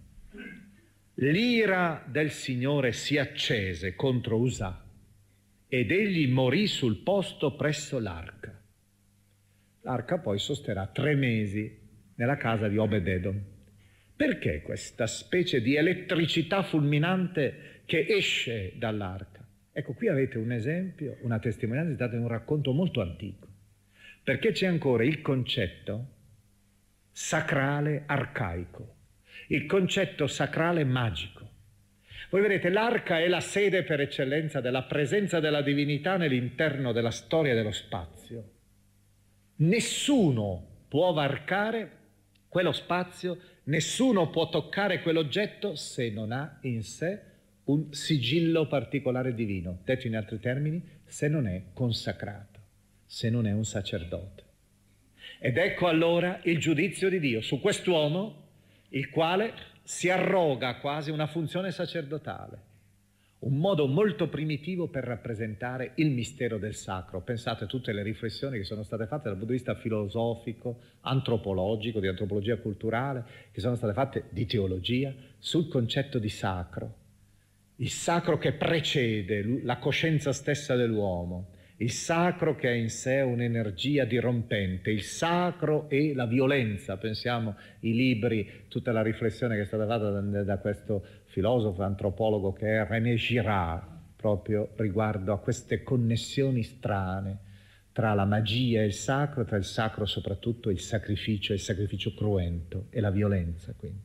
L'ira del Signore si accese contro Usà ed egli morì sul posto presso l'arca. L'arca poi sosterrà tre mesi nella casa di Obed-Edom. Perché questa specie di elettricità fulminante che esce dall'arca? Ecco, qui avete un esempio, una testimonianza data in un racconto molto antico, perché c'è ancora il concetto sacrale arcaico, il concetto sacrale magico. Voi vedete, l'arca è la sede per eccellenza della presenza della divinità nell'interno della storia dello spazio. Nessuno può varcare quello spazio, nessuno può toccare quell'oggetto se non ha in sé un sigillo particolare divino. Detto in altri termini, se non è consacrato, se non è un sacerdote. Ed ecco allora il giudizio di Dio su quest'uomo, il quale si arroga quasi una funzione sacerdotale, un modo molto primitivo per rappresentare il mistero del sacro. Pensate a tutte le riflessioni che sono state fatte dal punto di vista filosofico, antropologico, di antropologia culturale, che sono state fatte di teologia, sul concetto di sacro. Il sacro che precede la coscienza stessa dell'uomo, il sacro che ha in sé un'energia dirompente, il sacro e la violenza. Pensiamo ai libri, tutta la riflessione che è stata fatta da, da questo filosofo antropologo che è René Girard, proprio riguardo a queste connessioni strane tra la magia e il sacro, tra il sacro soprattutto il sacrificio, il sacrificio cruento e la violenza. Quindi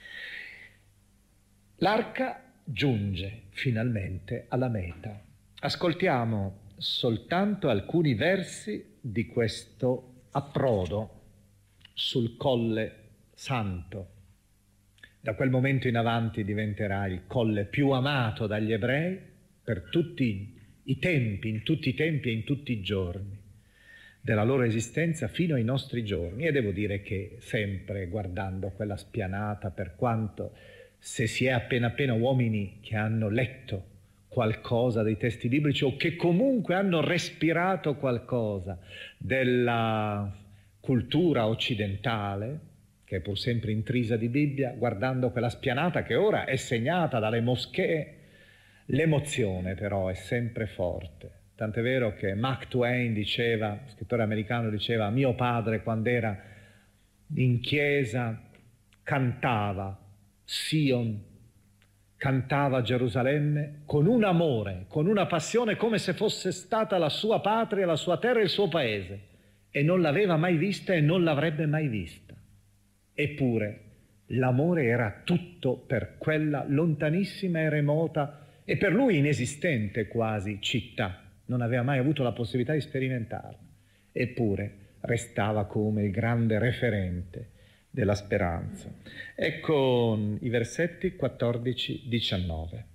l'arca giunge finalmente alla meta. Ascoltiamo soltanto alcuni versi di questo approdo sul Colle Santo. Da quel momento in avanti diventerà il colle più amato dagli ebrei per tutti i tempi, in tutti i tempi e in tutti i giorni della loro esistenza fino ai nostri giorni. E devo dire che sempre guardando quella spianata, per quanto se si è appena appena uomini che hanno letto qualcosa dei testi biblici o che comunque hanno respirato qualcosa della cultura occidentale, che è pur sempre intrisa di Bibbia, guardando quella spianata che ora è segnata dalle moschee, l'emozione però è sempre forte. Tant'è vero che Mark Twain diceva, scrittore americano, diceva: mio padre quando era in chiesa cantava Sion, cantava Gerusalemme con un amore, con una passione come se fosse stata la sua patria, la sua terra e il suo paese, e non l'aveva mai vista e non l'avrebbe mai vista. Eppure l'amore era tutto per quella lontanissima e remota e per lui inesistente quasi città. Non aveva mai avuto la possibilità di sperimentarla. Eppure restava come il grande referente della speranza. Ecco i versetti quattordici diciannove.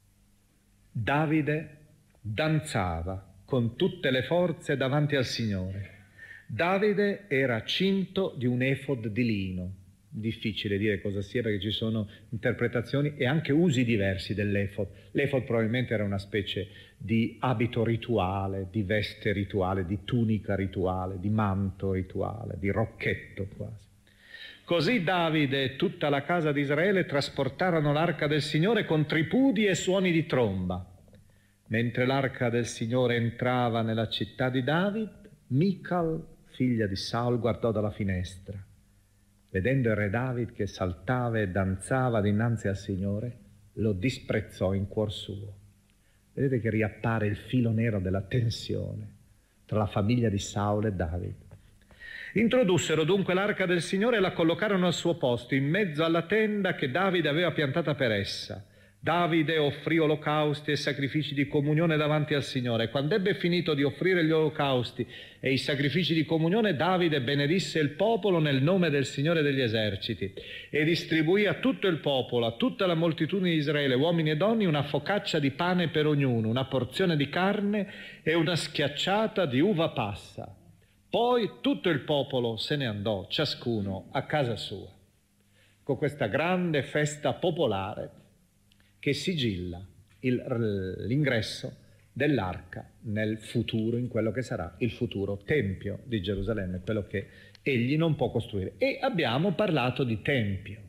Davide danzava con tutte le forze davanti al Signore. Davide era cinto di un efod di lino. Difficile dire cosa sia perché ci sono interpretazioni e anche usi diversi dell'efod. L'efod probabilmente era una specie di abito rituale, di veste rituale, di tunica rituale, di manto rituale, di rocchetto quasi. Così Davide e tutta la casa di Israele trasportarono l'arca del Signore con tripudi e suoni di tromba. Mentre l'arca del Signore entrava nella città di David, Michal, figlia di Saul, guardò dalla finestra. Vedendo il re David che saltava e danzava dinanzi al Signore, lo disprezzò in cuor suo. Vedete che riappare il filo nero della tensione tra la famiglia di Saul e David. Introdussero dunque l'arca del Signore e la collocarono al suo posto, in mezzo alla tenda che Davide aveva piantata per essa. Davide offrì olocausti e sacrifici di comunione davanti al Signore. Quando ebbe finito di offrire gli olocausti e i sacrifici di comunione, Davide benedisse il popolo nel nome del Signore degli eserciti e distribuì a tutto il popolo, a tutta la moltitudine di Israele, uomini e donne, una focaccia di pane per ognuno, una porzione di carne e una schiacciata di uva passa. Poi tutto il popolo se ne andò, ciascuno a casa sua. Con questa grande festa popolare che sigilla il, l'ingresso dell'arca nel futuro, in quello che sarà il futuro Tempio di Gerusalemme, quello che egli non può costruire. E abbiamo parlato di Tempio.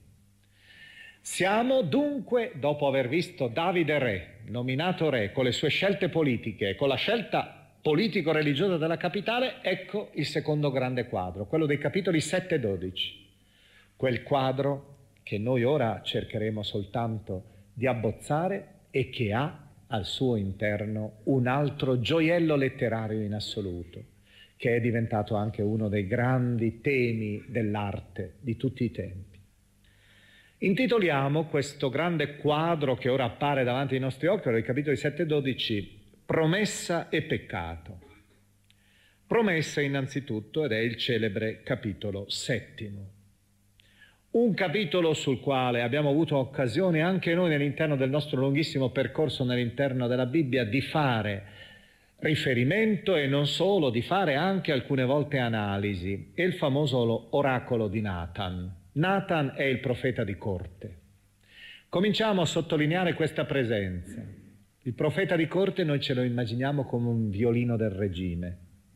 Siamo dunque, dopo aver visto Davide re, nominato re, con le sue scelte politiche, con la scelta politico-religiosa della capitale, ecco il secondo grande quadro, quello dei capitoli sette e dodici. Quel quadro che noi ora cercheremo soltanto di abbozzare e che ha al suo interno un altro gioiello letterario in assoluto, che è diventato anche uno dei grandi temi dell'arte di tutti i tempi. Intitoliamo questo grande quadro che ora appare davanti ai nostri occhi, nei capitoli sette e dodici, Promessa e peccato. Promessa innanzitutto, ed è il celebre capitolo settimo. Un capitolo sul quale abbiamo avuto occasione anche noi all'interno del nostro lunghissimo percorso all'interno della Bibbia di fare riferimento e non solo, di fare anche alcune volte analisi. È il famoso oracolo di Nathan. Nathan è il profeta di corte. Cominciamo a sottolineare questa presenza. Il profeta di corte noi ce lo immaginiamo come un violino del regime.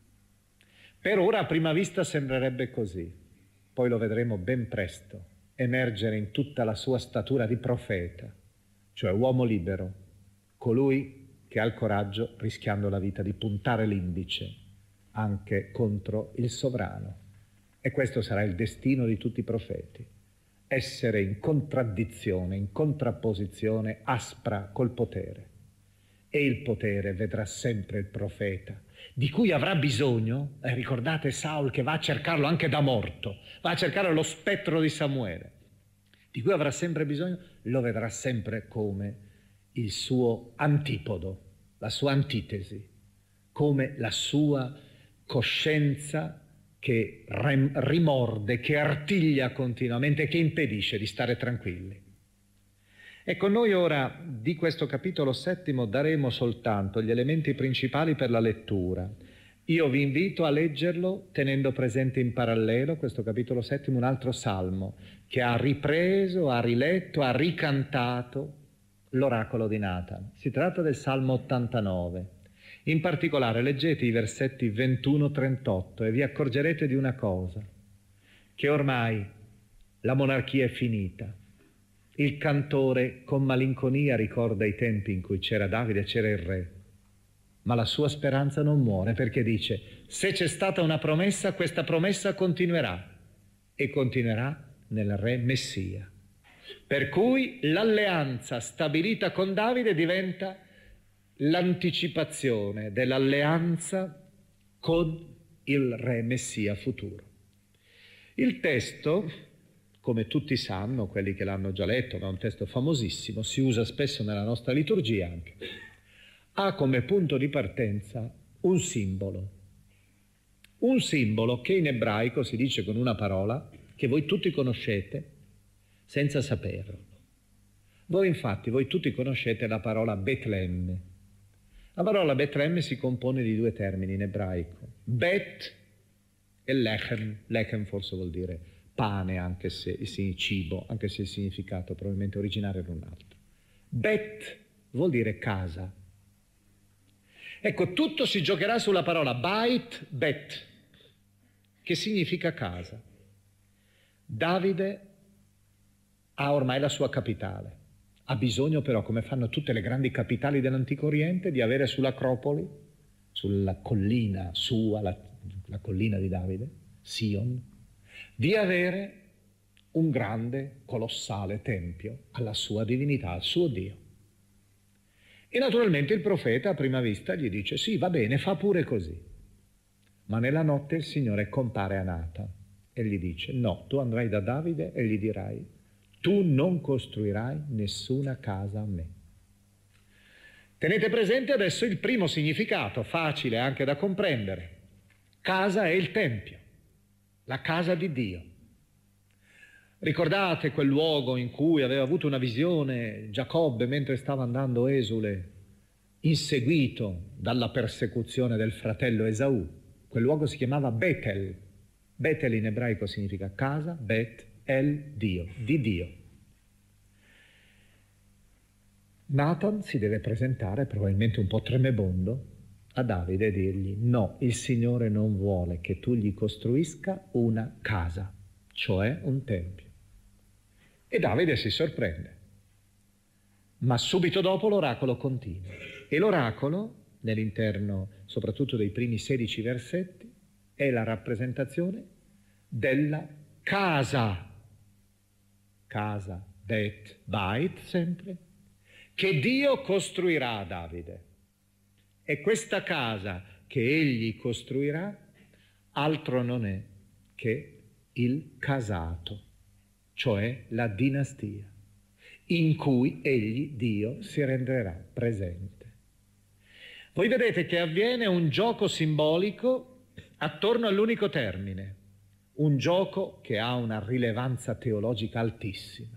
Per ora a prima vista sembrerebbe così. Poi lo vedremo ben presto emergere in tutta la sua statura di profeta, cioè uomo libero, colui che ha il coraggio, rischiando la vita, di puntare l'indice anche contro il sovrano. E questo sarà il destino di tutti i profeti, essere in contraddizione, in contrapposizione aspra col potere. E il potere vedrà sempre il profeta, di cui avrà bisogno, eh, ricordate Saul che va a cercarlo anche da morto, va a cercare lo spettro di Samuele, di cui avrà sempre bisogno, lo vedrà sempre come il suo antipodo, la sua antitesi, come la sua coscienza che rem- rimorde, che artiglia continuamente, che impedisce di stare tranquilli. Ecco, noi ora di questo capitolo settimo daremo soltanto gli elementi principali per la lettura. Io vi invito a leggerlo tenendo presente in parallelo questo capitolo settimo un altro salmo che ha ripreso, ha riletto, ha ricantato l'oracolo di Nathan. Si tratta del Salmo ottantanove. In particolare leggete i versetti ventuno trentotto e vi accorgerete di una cosa, che ormai la monarchia è finita. Il cantore con malinconia ricorda i tempi in cui c'era Davide e c'era il re, ma la sua speranza non muore perché dice: se c'è stata una promessa, questa promessa continuerà e continuerà nel re Messia. Per cui l'alleanza stabilita con Davide diventa l'anticipazione dell'alleanza con il re Messia futuro. Il testo, come tutti sanno, quelli che l'hanno già letto, ma è un testo famosissimo, si usa spesso nella nostra liturgia anche, ha come punto di partenza un simbolo. Un simbolo che in ebraico si dice con una parola che voi tutti conoscete senza saperlo. Voi infatti, voi tutti conoscete la parola Betlemme. La parola Betlemme si compone di due termini in ebraico, Bet e Lechem. Lechem forse vuol dire pane, anche se sì, cibo, anche se il significato probabilmente originario era un altro. Bet vuol dire casa. Ecco, tutto si giocherà sulla parola Bait Bet, che significa casa. Davide ha ormai la sua capitale. Ha bisogno però, come fanno tutte le grandi capitali dell'Antico Oriente, di avere sull'Acropoli, sulla collina sua, la, la collina di Davide, Sion, di avere un grande, colossale tempio alla sua divinità, al suo Dio. E naturalmente il profeta a prima vista gli dice: sì, va bene, fa pure così. Ma nella notte il Signore compare a Nathan e gli dice: no, tu andrai da Davide e gli dirai: tu non costruirai nessuna casa a me. Tenete presente adesso il primo significato, facile anche da comprendere. Casa è il Tempio, la casa di Dio. Ricordate quel luogo in cui aveva avuto una visione Giacobbe mentre stava andando esule, inseguito dalla persecuzione del fratello Esaù? Quel luogo si chiamava Betel. Betel in ebraico significa casa, Bet, El, Dio, di Dio. Nathan si deve presentare, probabilmente un po' tremebondo, a Davide e dirgli: no, il Signore non vuole che tu gli costruisca una casa, cioè un tempio. E Davide si sorprende, ma subito dopo l'oracolo continua. E l'oracolo, nell'interno soprattutto dei primi sedici versetti, è la rappresentazione della casa, casa, bet, bait sempre, che Dio costruirà a Davide. E questa casa che egli costruirà altro non è che il casato, cioè la dinastia, in cui egli, Dio, si renderà presente. Voi vedete che avviene un gioco simbolico attorno all'unico termine, un gioco che ha una rilevanza teologica altissima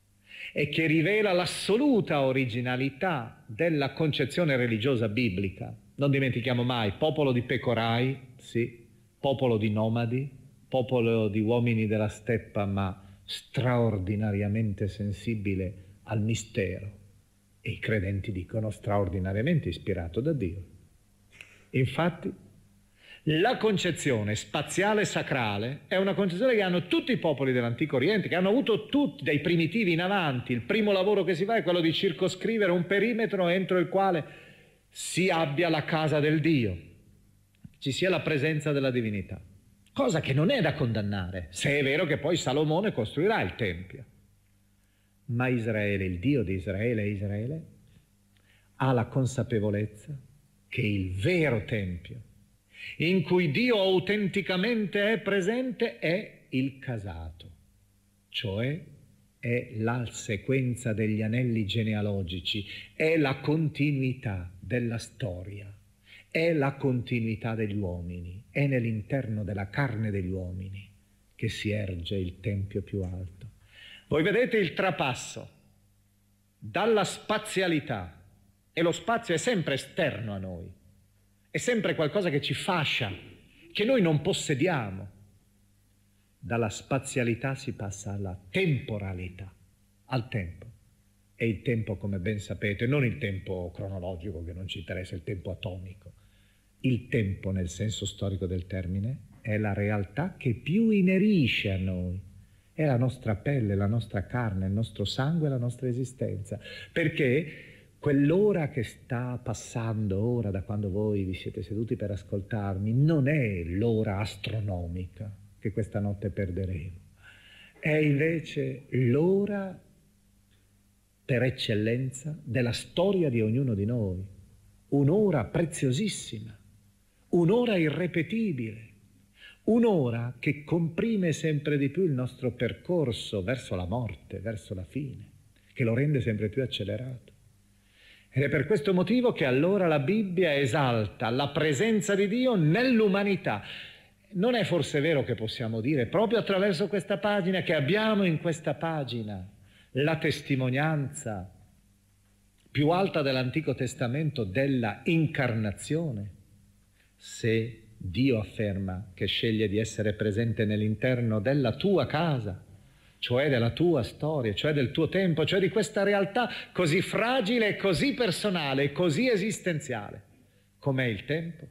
e che rivela l'assoluta originalità della concezione religiosa biblica. Non dimentichiamo mai, popolo di pecorai, sì, popolo di nomadi, popolo di uomini della steppa, ma straordinariamente sensibile al mistero. E i credenti dicono straordinariamente ispirato da Dio. Infatti, la concezione spaziale sacrale è una concezione che hanno tutti i popoli dell'Antico Oriente, che hanno avuto tutti, dai primitivi in avanti. Il primo lavoro che si fa è quello di circoscrivere un perimetro entro il quale si abbia la casa del Dio, ci sia la presenza della divinità. Cosa che non è da condannare, se è vero che poi Salomone costruirà il Tempio. Ma Israele, il Dio di Israele, Israele, ha la consapevolezza che il vero Tempio, in cui Dio autenticamente è presente, è il casato, cioè è la sequenza degli anelli genealogici, è la continuità della storia, è la continuità degli uomini, è nell'interno della carne degli uomini che si erge il tempio più alto. Voi vedete il trapasso dalla spazialità, e lo spazio è sempre esterno a noi, è sempre qualcosa che ci fascia, che noi non possediamo. Dalla spazialità si passa alla temporalità, al tempo. E il tempo, come ben sapete, non il tempo cronologico che non ci interessa, il tempo atomico. Il tempo, nel senso storico del termine, è la realtà che più inerisce a noi. È la nostra pelle, la nostra carne, il nostro sangue, la nostra esistenza. Perché quell'ora che sta passando ora, da quando voi vi siete seduti per ascoltarmi, non è l'ora astronomica che questa notte perderemo. È invece l'ora per eccellenza della storia di ognuno di noi. Un'ora preziosissima, un'ora irrepetibile, un'ora che comprime sempre di più il nostro percorso verso la morte, verso la fine, che lo rende sempre più accelerato. Ed è per questo motivo che allora la Bibbia esalta la presenza di Dio nell'umanità. Non è forse vero che possiamo dire, proprio attraverso questa pagina, che abbiamo in questa pagina la testimonianza più alta dell'Antico Testamento della incarnazione? Se Dio afferma che sceglie di essere presente nell'interno della tua casa, cioè della tua storia, cioè del tuo tempo, cioè di questa realtà così fragile, così personale, così esistenziale, com'è il tempo,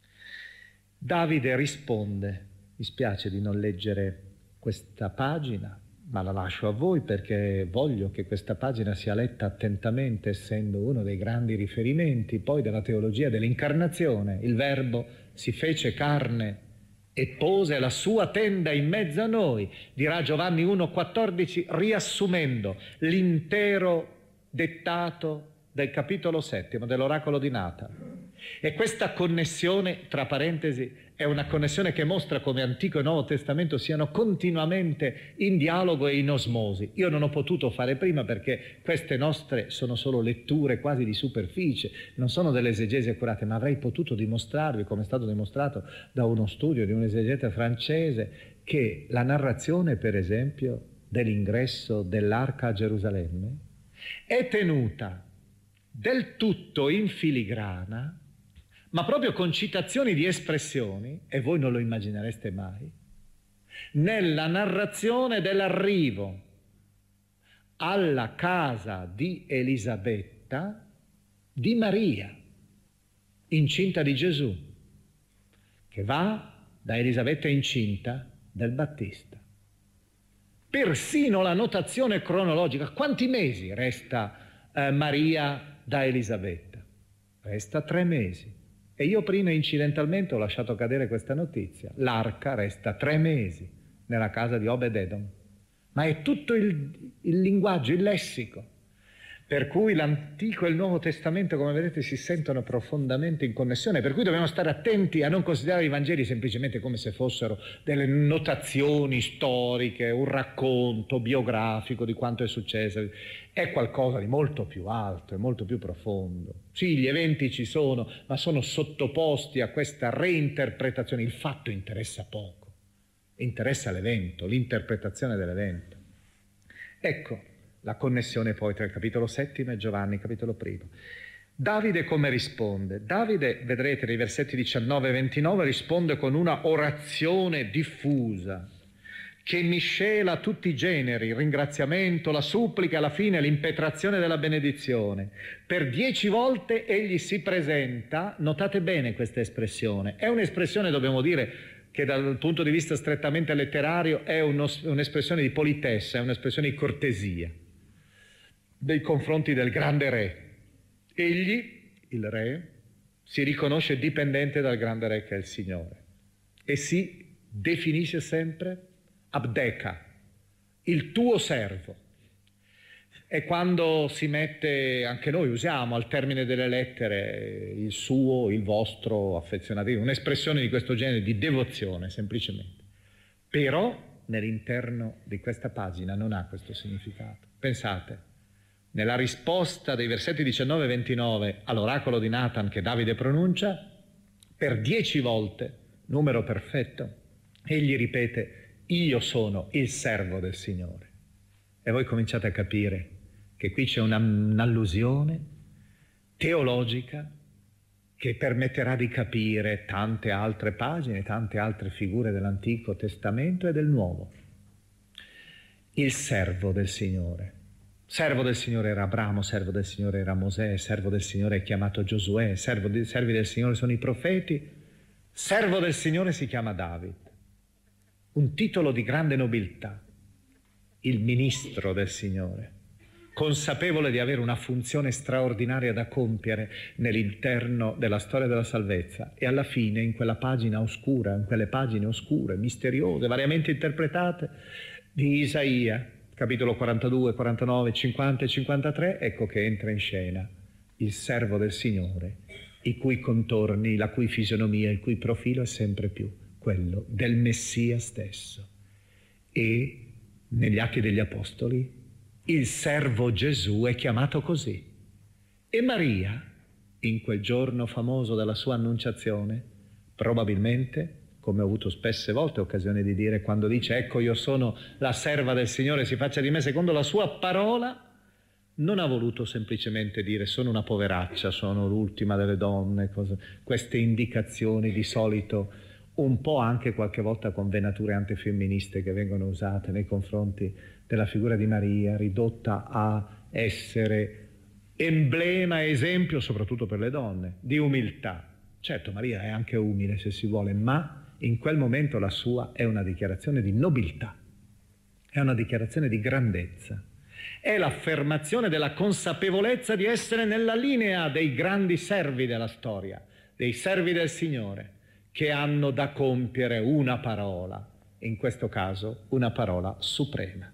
Davide risponde, mi spiace di non leggere questa pagina, ma la lascio a voi perché voglio che questa pagina sia letta attentamente, essendo uno dei grandi riferimenti poi della teologia dell'incarnazione. Il Verbo si fece carne e pose la sua tenda in mezzo a noi, dirà Giovanni uno quattordici, riassumendo l'intero dettato del capitolo settimo dell'oracolo di Nathan. E questa connessione, tra parentesi, è una connessione che mostra come Antico e Nuovo Testamento siano continuamente in dialogo e in osmosi. Io non ho potuto fare prima perché queste nostre sono solo letture quasi di superficie, non sono delle esegesi accurate, ma avrei potuto dimostrarvi, come è stato dimostrato da uno studio di un esegeta francese, che la narrazione, per esempio, dell'ingresso dell'arca a Gerusalemme è tenuta del tutto in filigrana, ma proprio con citazioni di espressioni, e voi non lo immaginereste mai, nella narrazione dell'arrivo alla casa di Elisabetta racconta di Maria, incinta di Gesù, che va da Elisabetta incinta del Battista. Persino la notazione cronologica, quanti mesi resta eh, Maria da Elisabetta? Resta tre mesi. E io prima incidentalmente ho lasciato cadere questa notizia. L'arca resta tre mesi nella casa di Obed-Edom. Ma è tutto il, il linguaggio, il lessico. Per cui l'Antico e il Nuovo Testamento, come vedete, si sentono profondamente in connessione, per cui dobbiamo stare attenti a non considerare i Vangeli semplicemente come se fossero delle notazioni storiche, un racconto biografico di quanto è successo. È qualcosa di molto più alto e molto più profondo. Sì, gli eventi ci sono, ma sono sottoposti a questa reinterpretazione. Il fatto interessa poco, interessa l'evento, l'interpretazione dell'evento. Ecco la connessione poi tra il capitolo settimo e Giovanni, capitolo primo. Davide come risponde? Davide, vedrete nei versetti diciannove e ventinove, risponde con una orazione diffusa che miscela tutti i generi, il ringraziamento, la supplica, alla fine l'impetrazione della benedizione. Per dieci volte egli si presenta, notate bene questa espressione, è un'espressione, dobbiamo dire, che dal punto di vista strettamente letterario è uno, un'espressione di politessa, è un'espressione di cortesia nei confronti del grande re. Egli, il re, si riconosce dipendente dal grande re che è il Signore e si definisce sempre abdeca, il tuo servo. E quando si mette, anche noi usiamo al termine delle lettere il suo, il vostro affezionativo, un'espressione di questo genere di devozione semplicemente. Però nell'interno di questa pagina non ha questo significato. Pensate, nella risposta dei versetti diciannove e ventinove all'oracolo di Nathan che Davide pronuncia, per dieci volte, numero perfetto, egli ripete: io sono il servo del Signore. E voi cominciate a capire che qui c'è una, un'allusione teologica che permetterà di capire tante altre pagine, tante altre figure dell'Antico Testamento e del Nuovo. Il servo del Signore. Servo del Signore era Abramo, servo del Signore era Mosè, servo del Signore è chiamato Giosuè, servo di, servi del Signore sono i profeti, servo del Signore si chiama David. Un titolo di grande nobiltà, il ministro del Signore, consapevole di avere una funzione straordinaria da compiere nell'interno della storia della salvezza e alla fine in quella pagina oscura, in quelle pagine oscure, misteriose, variamente interpretate di Isaia, capitolo quarantadue, quarantanove, cinquanta e cinquantatré, ecco che entra in scena il servo del Signore, i cui contorni, la cui fisionomia, il cui profilo è sempre più quello del Messia stesso. E negli Atti degli Apostoli il servo Gesù è chiamato così. E Maria, in quel giorno famoso della sua annunciazione, probabilmente, come ho avuto spesse volte occasione di dire, quando dice ecco io sono la serva del Signore, si faccia di me secondo la sua parola, non ha voluto semplicemente dire sono una poveraccia, sono l'ultima delle donne, cose, queste indicazioni di solito un po' anche qualche volta con venature antifemministe che vengono usate nei confronti della figura di Maria, ridotta a essere emblema, esempio, soprattutto per le donne, di umiltà. Certo, Maria è anche umile se si vuole, ma in quel momento la sua è una dichiarazione di nobiltà, è una dichiarazione di grandezza, è l'affermazione della consapevolezza di essere nella linea dei grandi servi della storia, dei servi del Signore, che hanno da compiere una parola, in questo caso una parola suprema.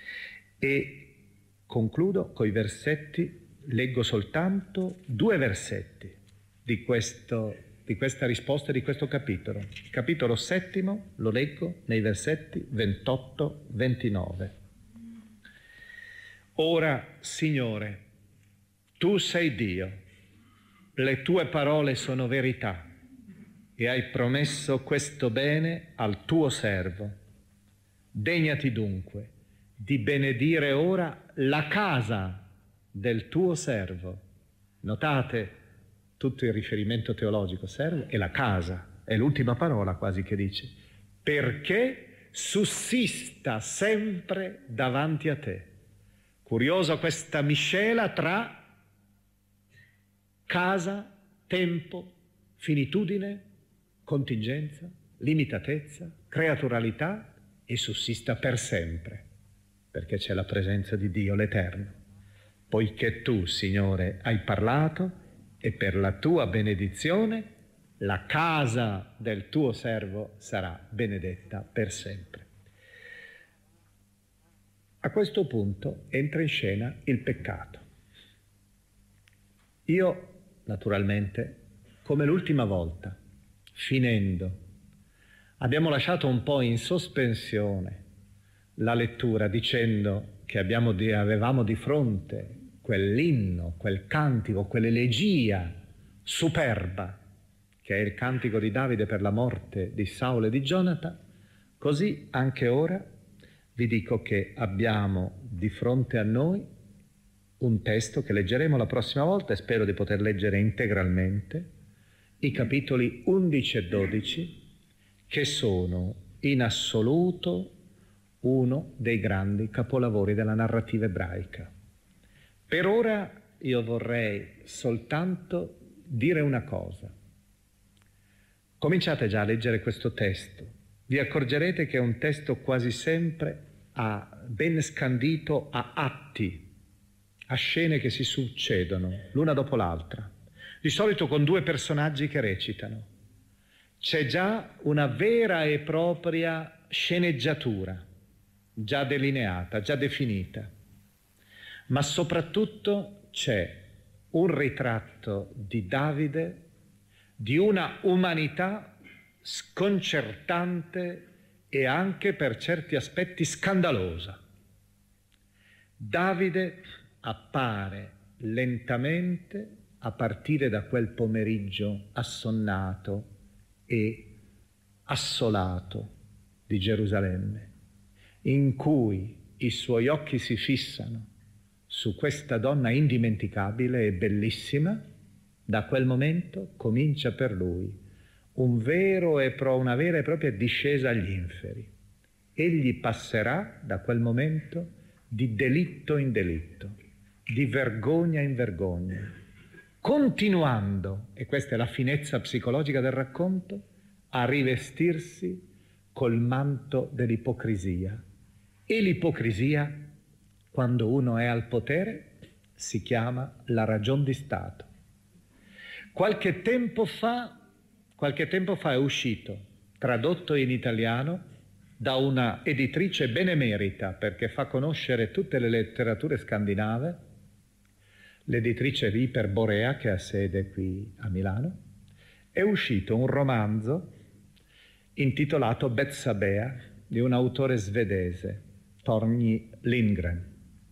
E concludo coi versetti, leggo soltanto due versetti di, questo, di questa risposta di questo capitolo. Il capitolo settimo lo leggo nei versetti ventotto ventinove. Ora, Signore, tu sei Dio, le tue parole sono verità e hai promesso questo bene al tuo servo. Degnati dunque di benedire ora la casa del tuo servo. Notate tutto il riferimento teologico, servo e la casa, è l'ultima parola quasi che dice, perché sussista sempre davanti a te. Curiosa questa miscela tra casa, tempo, finitudine, contingenza, limitatezza, creaturalità e sussista per sempre, perché c'è la presenza di Dio l'Eterno. Poiché tu, Signore, hai parlato e per la tua benedizione la casa del tuo servo sarà benedetta per sempre. A questo punto entra in scena il peccato. Io, naturalmente, come l'ultima volta, finendo, abbiamo lasciato un po' in sospensione la lettura dicendo che abbiamo di, avevamo di fronte quell'inno, quel cantico, quell'elegia superba che è il cantico di Davide per la morte di Saulo e di Gionatan. Così anche ora vi dico che abbiamo di fronte a noi un testo che leggeremo la prossima volta e spero di poter leggere integralmente, i capitoli undici e dodici, che sono in assoluto uno dei grandi capolavori della narrativa ebraica. Per ora io vorrei soltanto dire una cosa. Cominciate già a leggere questo testo. Vi accorgerete che è un testo quasi sempre a, ben scandito a atti, a scene che si succedono l'una dopo l'altra, di solito con due personaggi che recitano. C'è già una vera e propria sceneggiatura, già delineata, già definita, ma soprattutto c'è un ritratto di Davide, di una umanità sconcertante e anche per certi aspetti scandalosa. Davide appare lentamente a partire da quel pomeriggio assonnato e assolato di Gerusalemme, in cui i suoi occhi si fissano su questa donna indimenticabile e bellissima. Da quel momento comincia per lui un vero e pro, una vera e propria discesa agli inferi. Egli passerà da quel momento di delitto in delitto, di vergogna in vergogna, continuando, e questa è la finezza psicologica del racconto, a rivestirsi col manto dell'ipocrisia. E l'ipocrisia, quando uno è al potere, si chiama la ragion di Stato. Qualche tempo fa, qualche tempo fa è uscito, tradotto in italiano, da una editrice benemerita, perché fa conoscere tutte le letterature scandinave, l'editrice Viper Borea, che ha sede qui a Milano, è uscito un romanzo intitolato Betsabea, di un autore svedese, Torgny Lindgren.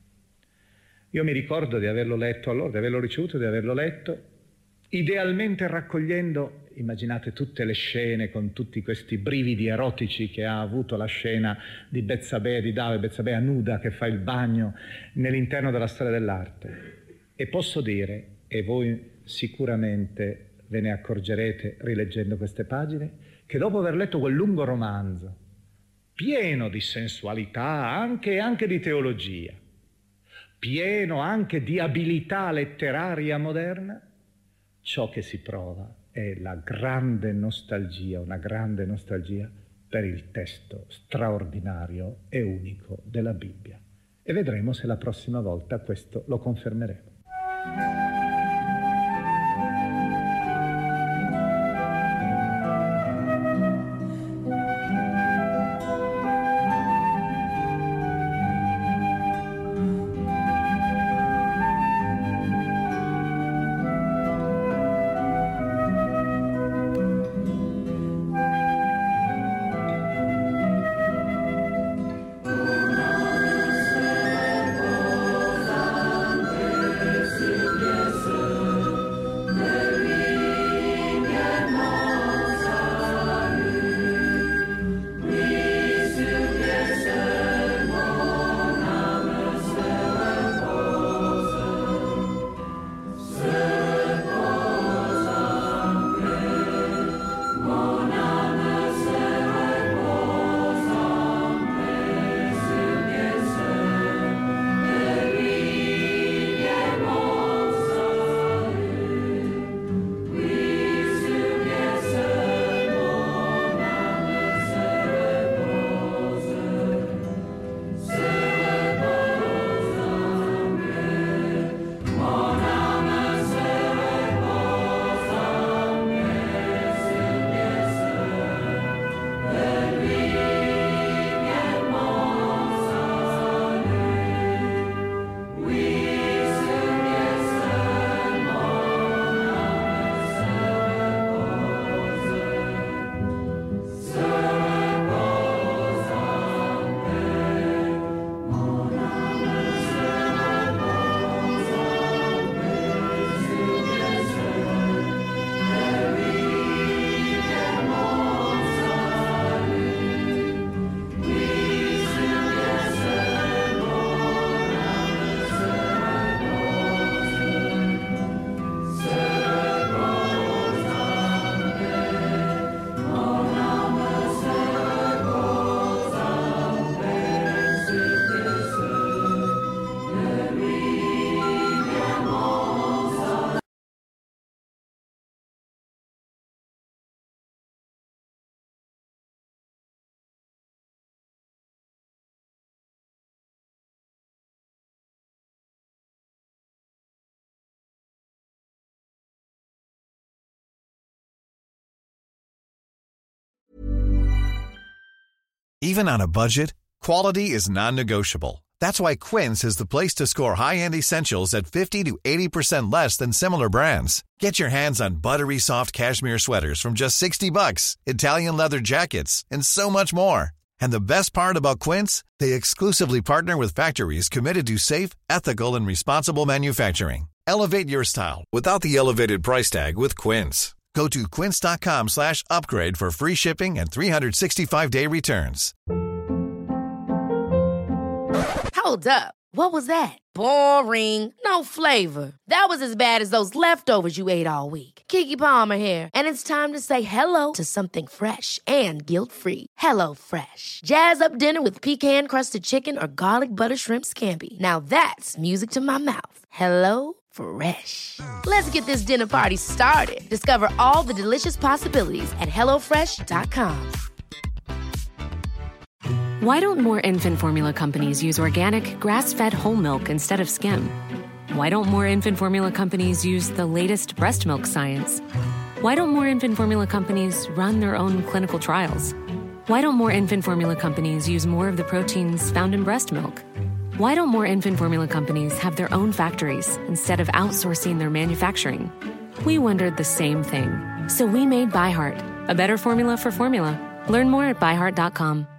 Io mi ricordo di averlo letto allora, di averlo ricevuto, di averlo letto, idealmente raccogliendo, immaginate tutte le scene con tutti questi brividi erotici che ha avuto la scena di Betsabea, di Davide, Betsabea nuda che fa il bagno nell'interno della storia dell'arte. E posso dire, e voi sicuramente ve ne accorgerete rileggendo queste pagine, che dopo aver letto quel lungo romanzo, pieno di sensualità, anche, anche di teologia, pieno anche di abilità letteraria moderna, ciò che si prova è la grande nostalgia, una grande nostalgia per il testo straordinario e unico della Bibbia. E vedremo se la prossima volta questo lo confermeremo. Yeah. Even on a budget, quality is non-negotiable. That's why Quince is the place to score high-end essentials at fifty to eighty percent less than similar brands. Get your hands on buttery soft cashmere sweaters from just sixty bucks, Italian leather jackets, and so much more. And the best part about Quince, they exclusively partner with factories committed to safe, ethical, and responsible manufacturing. Elevate your style without the elevated price tag with Quince. Go to quince.com slash upgrade for free shipping and three sixty-five day returns. Hold up. What was that? Boring. No flavor. That was as bad as those leftovers you ate all week. Keke Palmer here, and it's time to say hello to something fresh and guilt-free. Hello Fresh. Jazz up dinner with pecan-crusted chicken or garlic butter shrimp scampi. Now that's music to my mouth. Hello Fresh. Let's get this dinner party started. Discover all the delicious possibilities at hello fresh dot com. Why don't more infant formula companies use organic, grass-fed whole milk instead of skim? Why don't more infant formula companies use the latest breast milk science? Why don't more infant formula companies run their own clinical trials? Why don't more infant formula companies use more of the proteins found in breast milk? Why don't more infant formula companies have their own factories instead of outsourcing their manufacturing? We wondered the same thing. So we made ByHeart, a better formula for formula. Learn more at by heart dot com.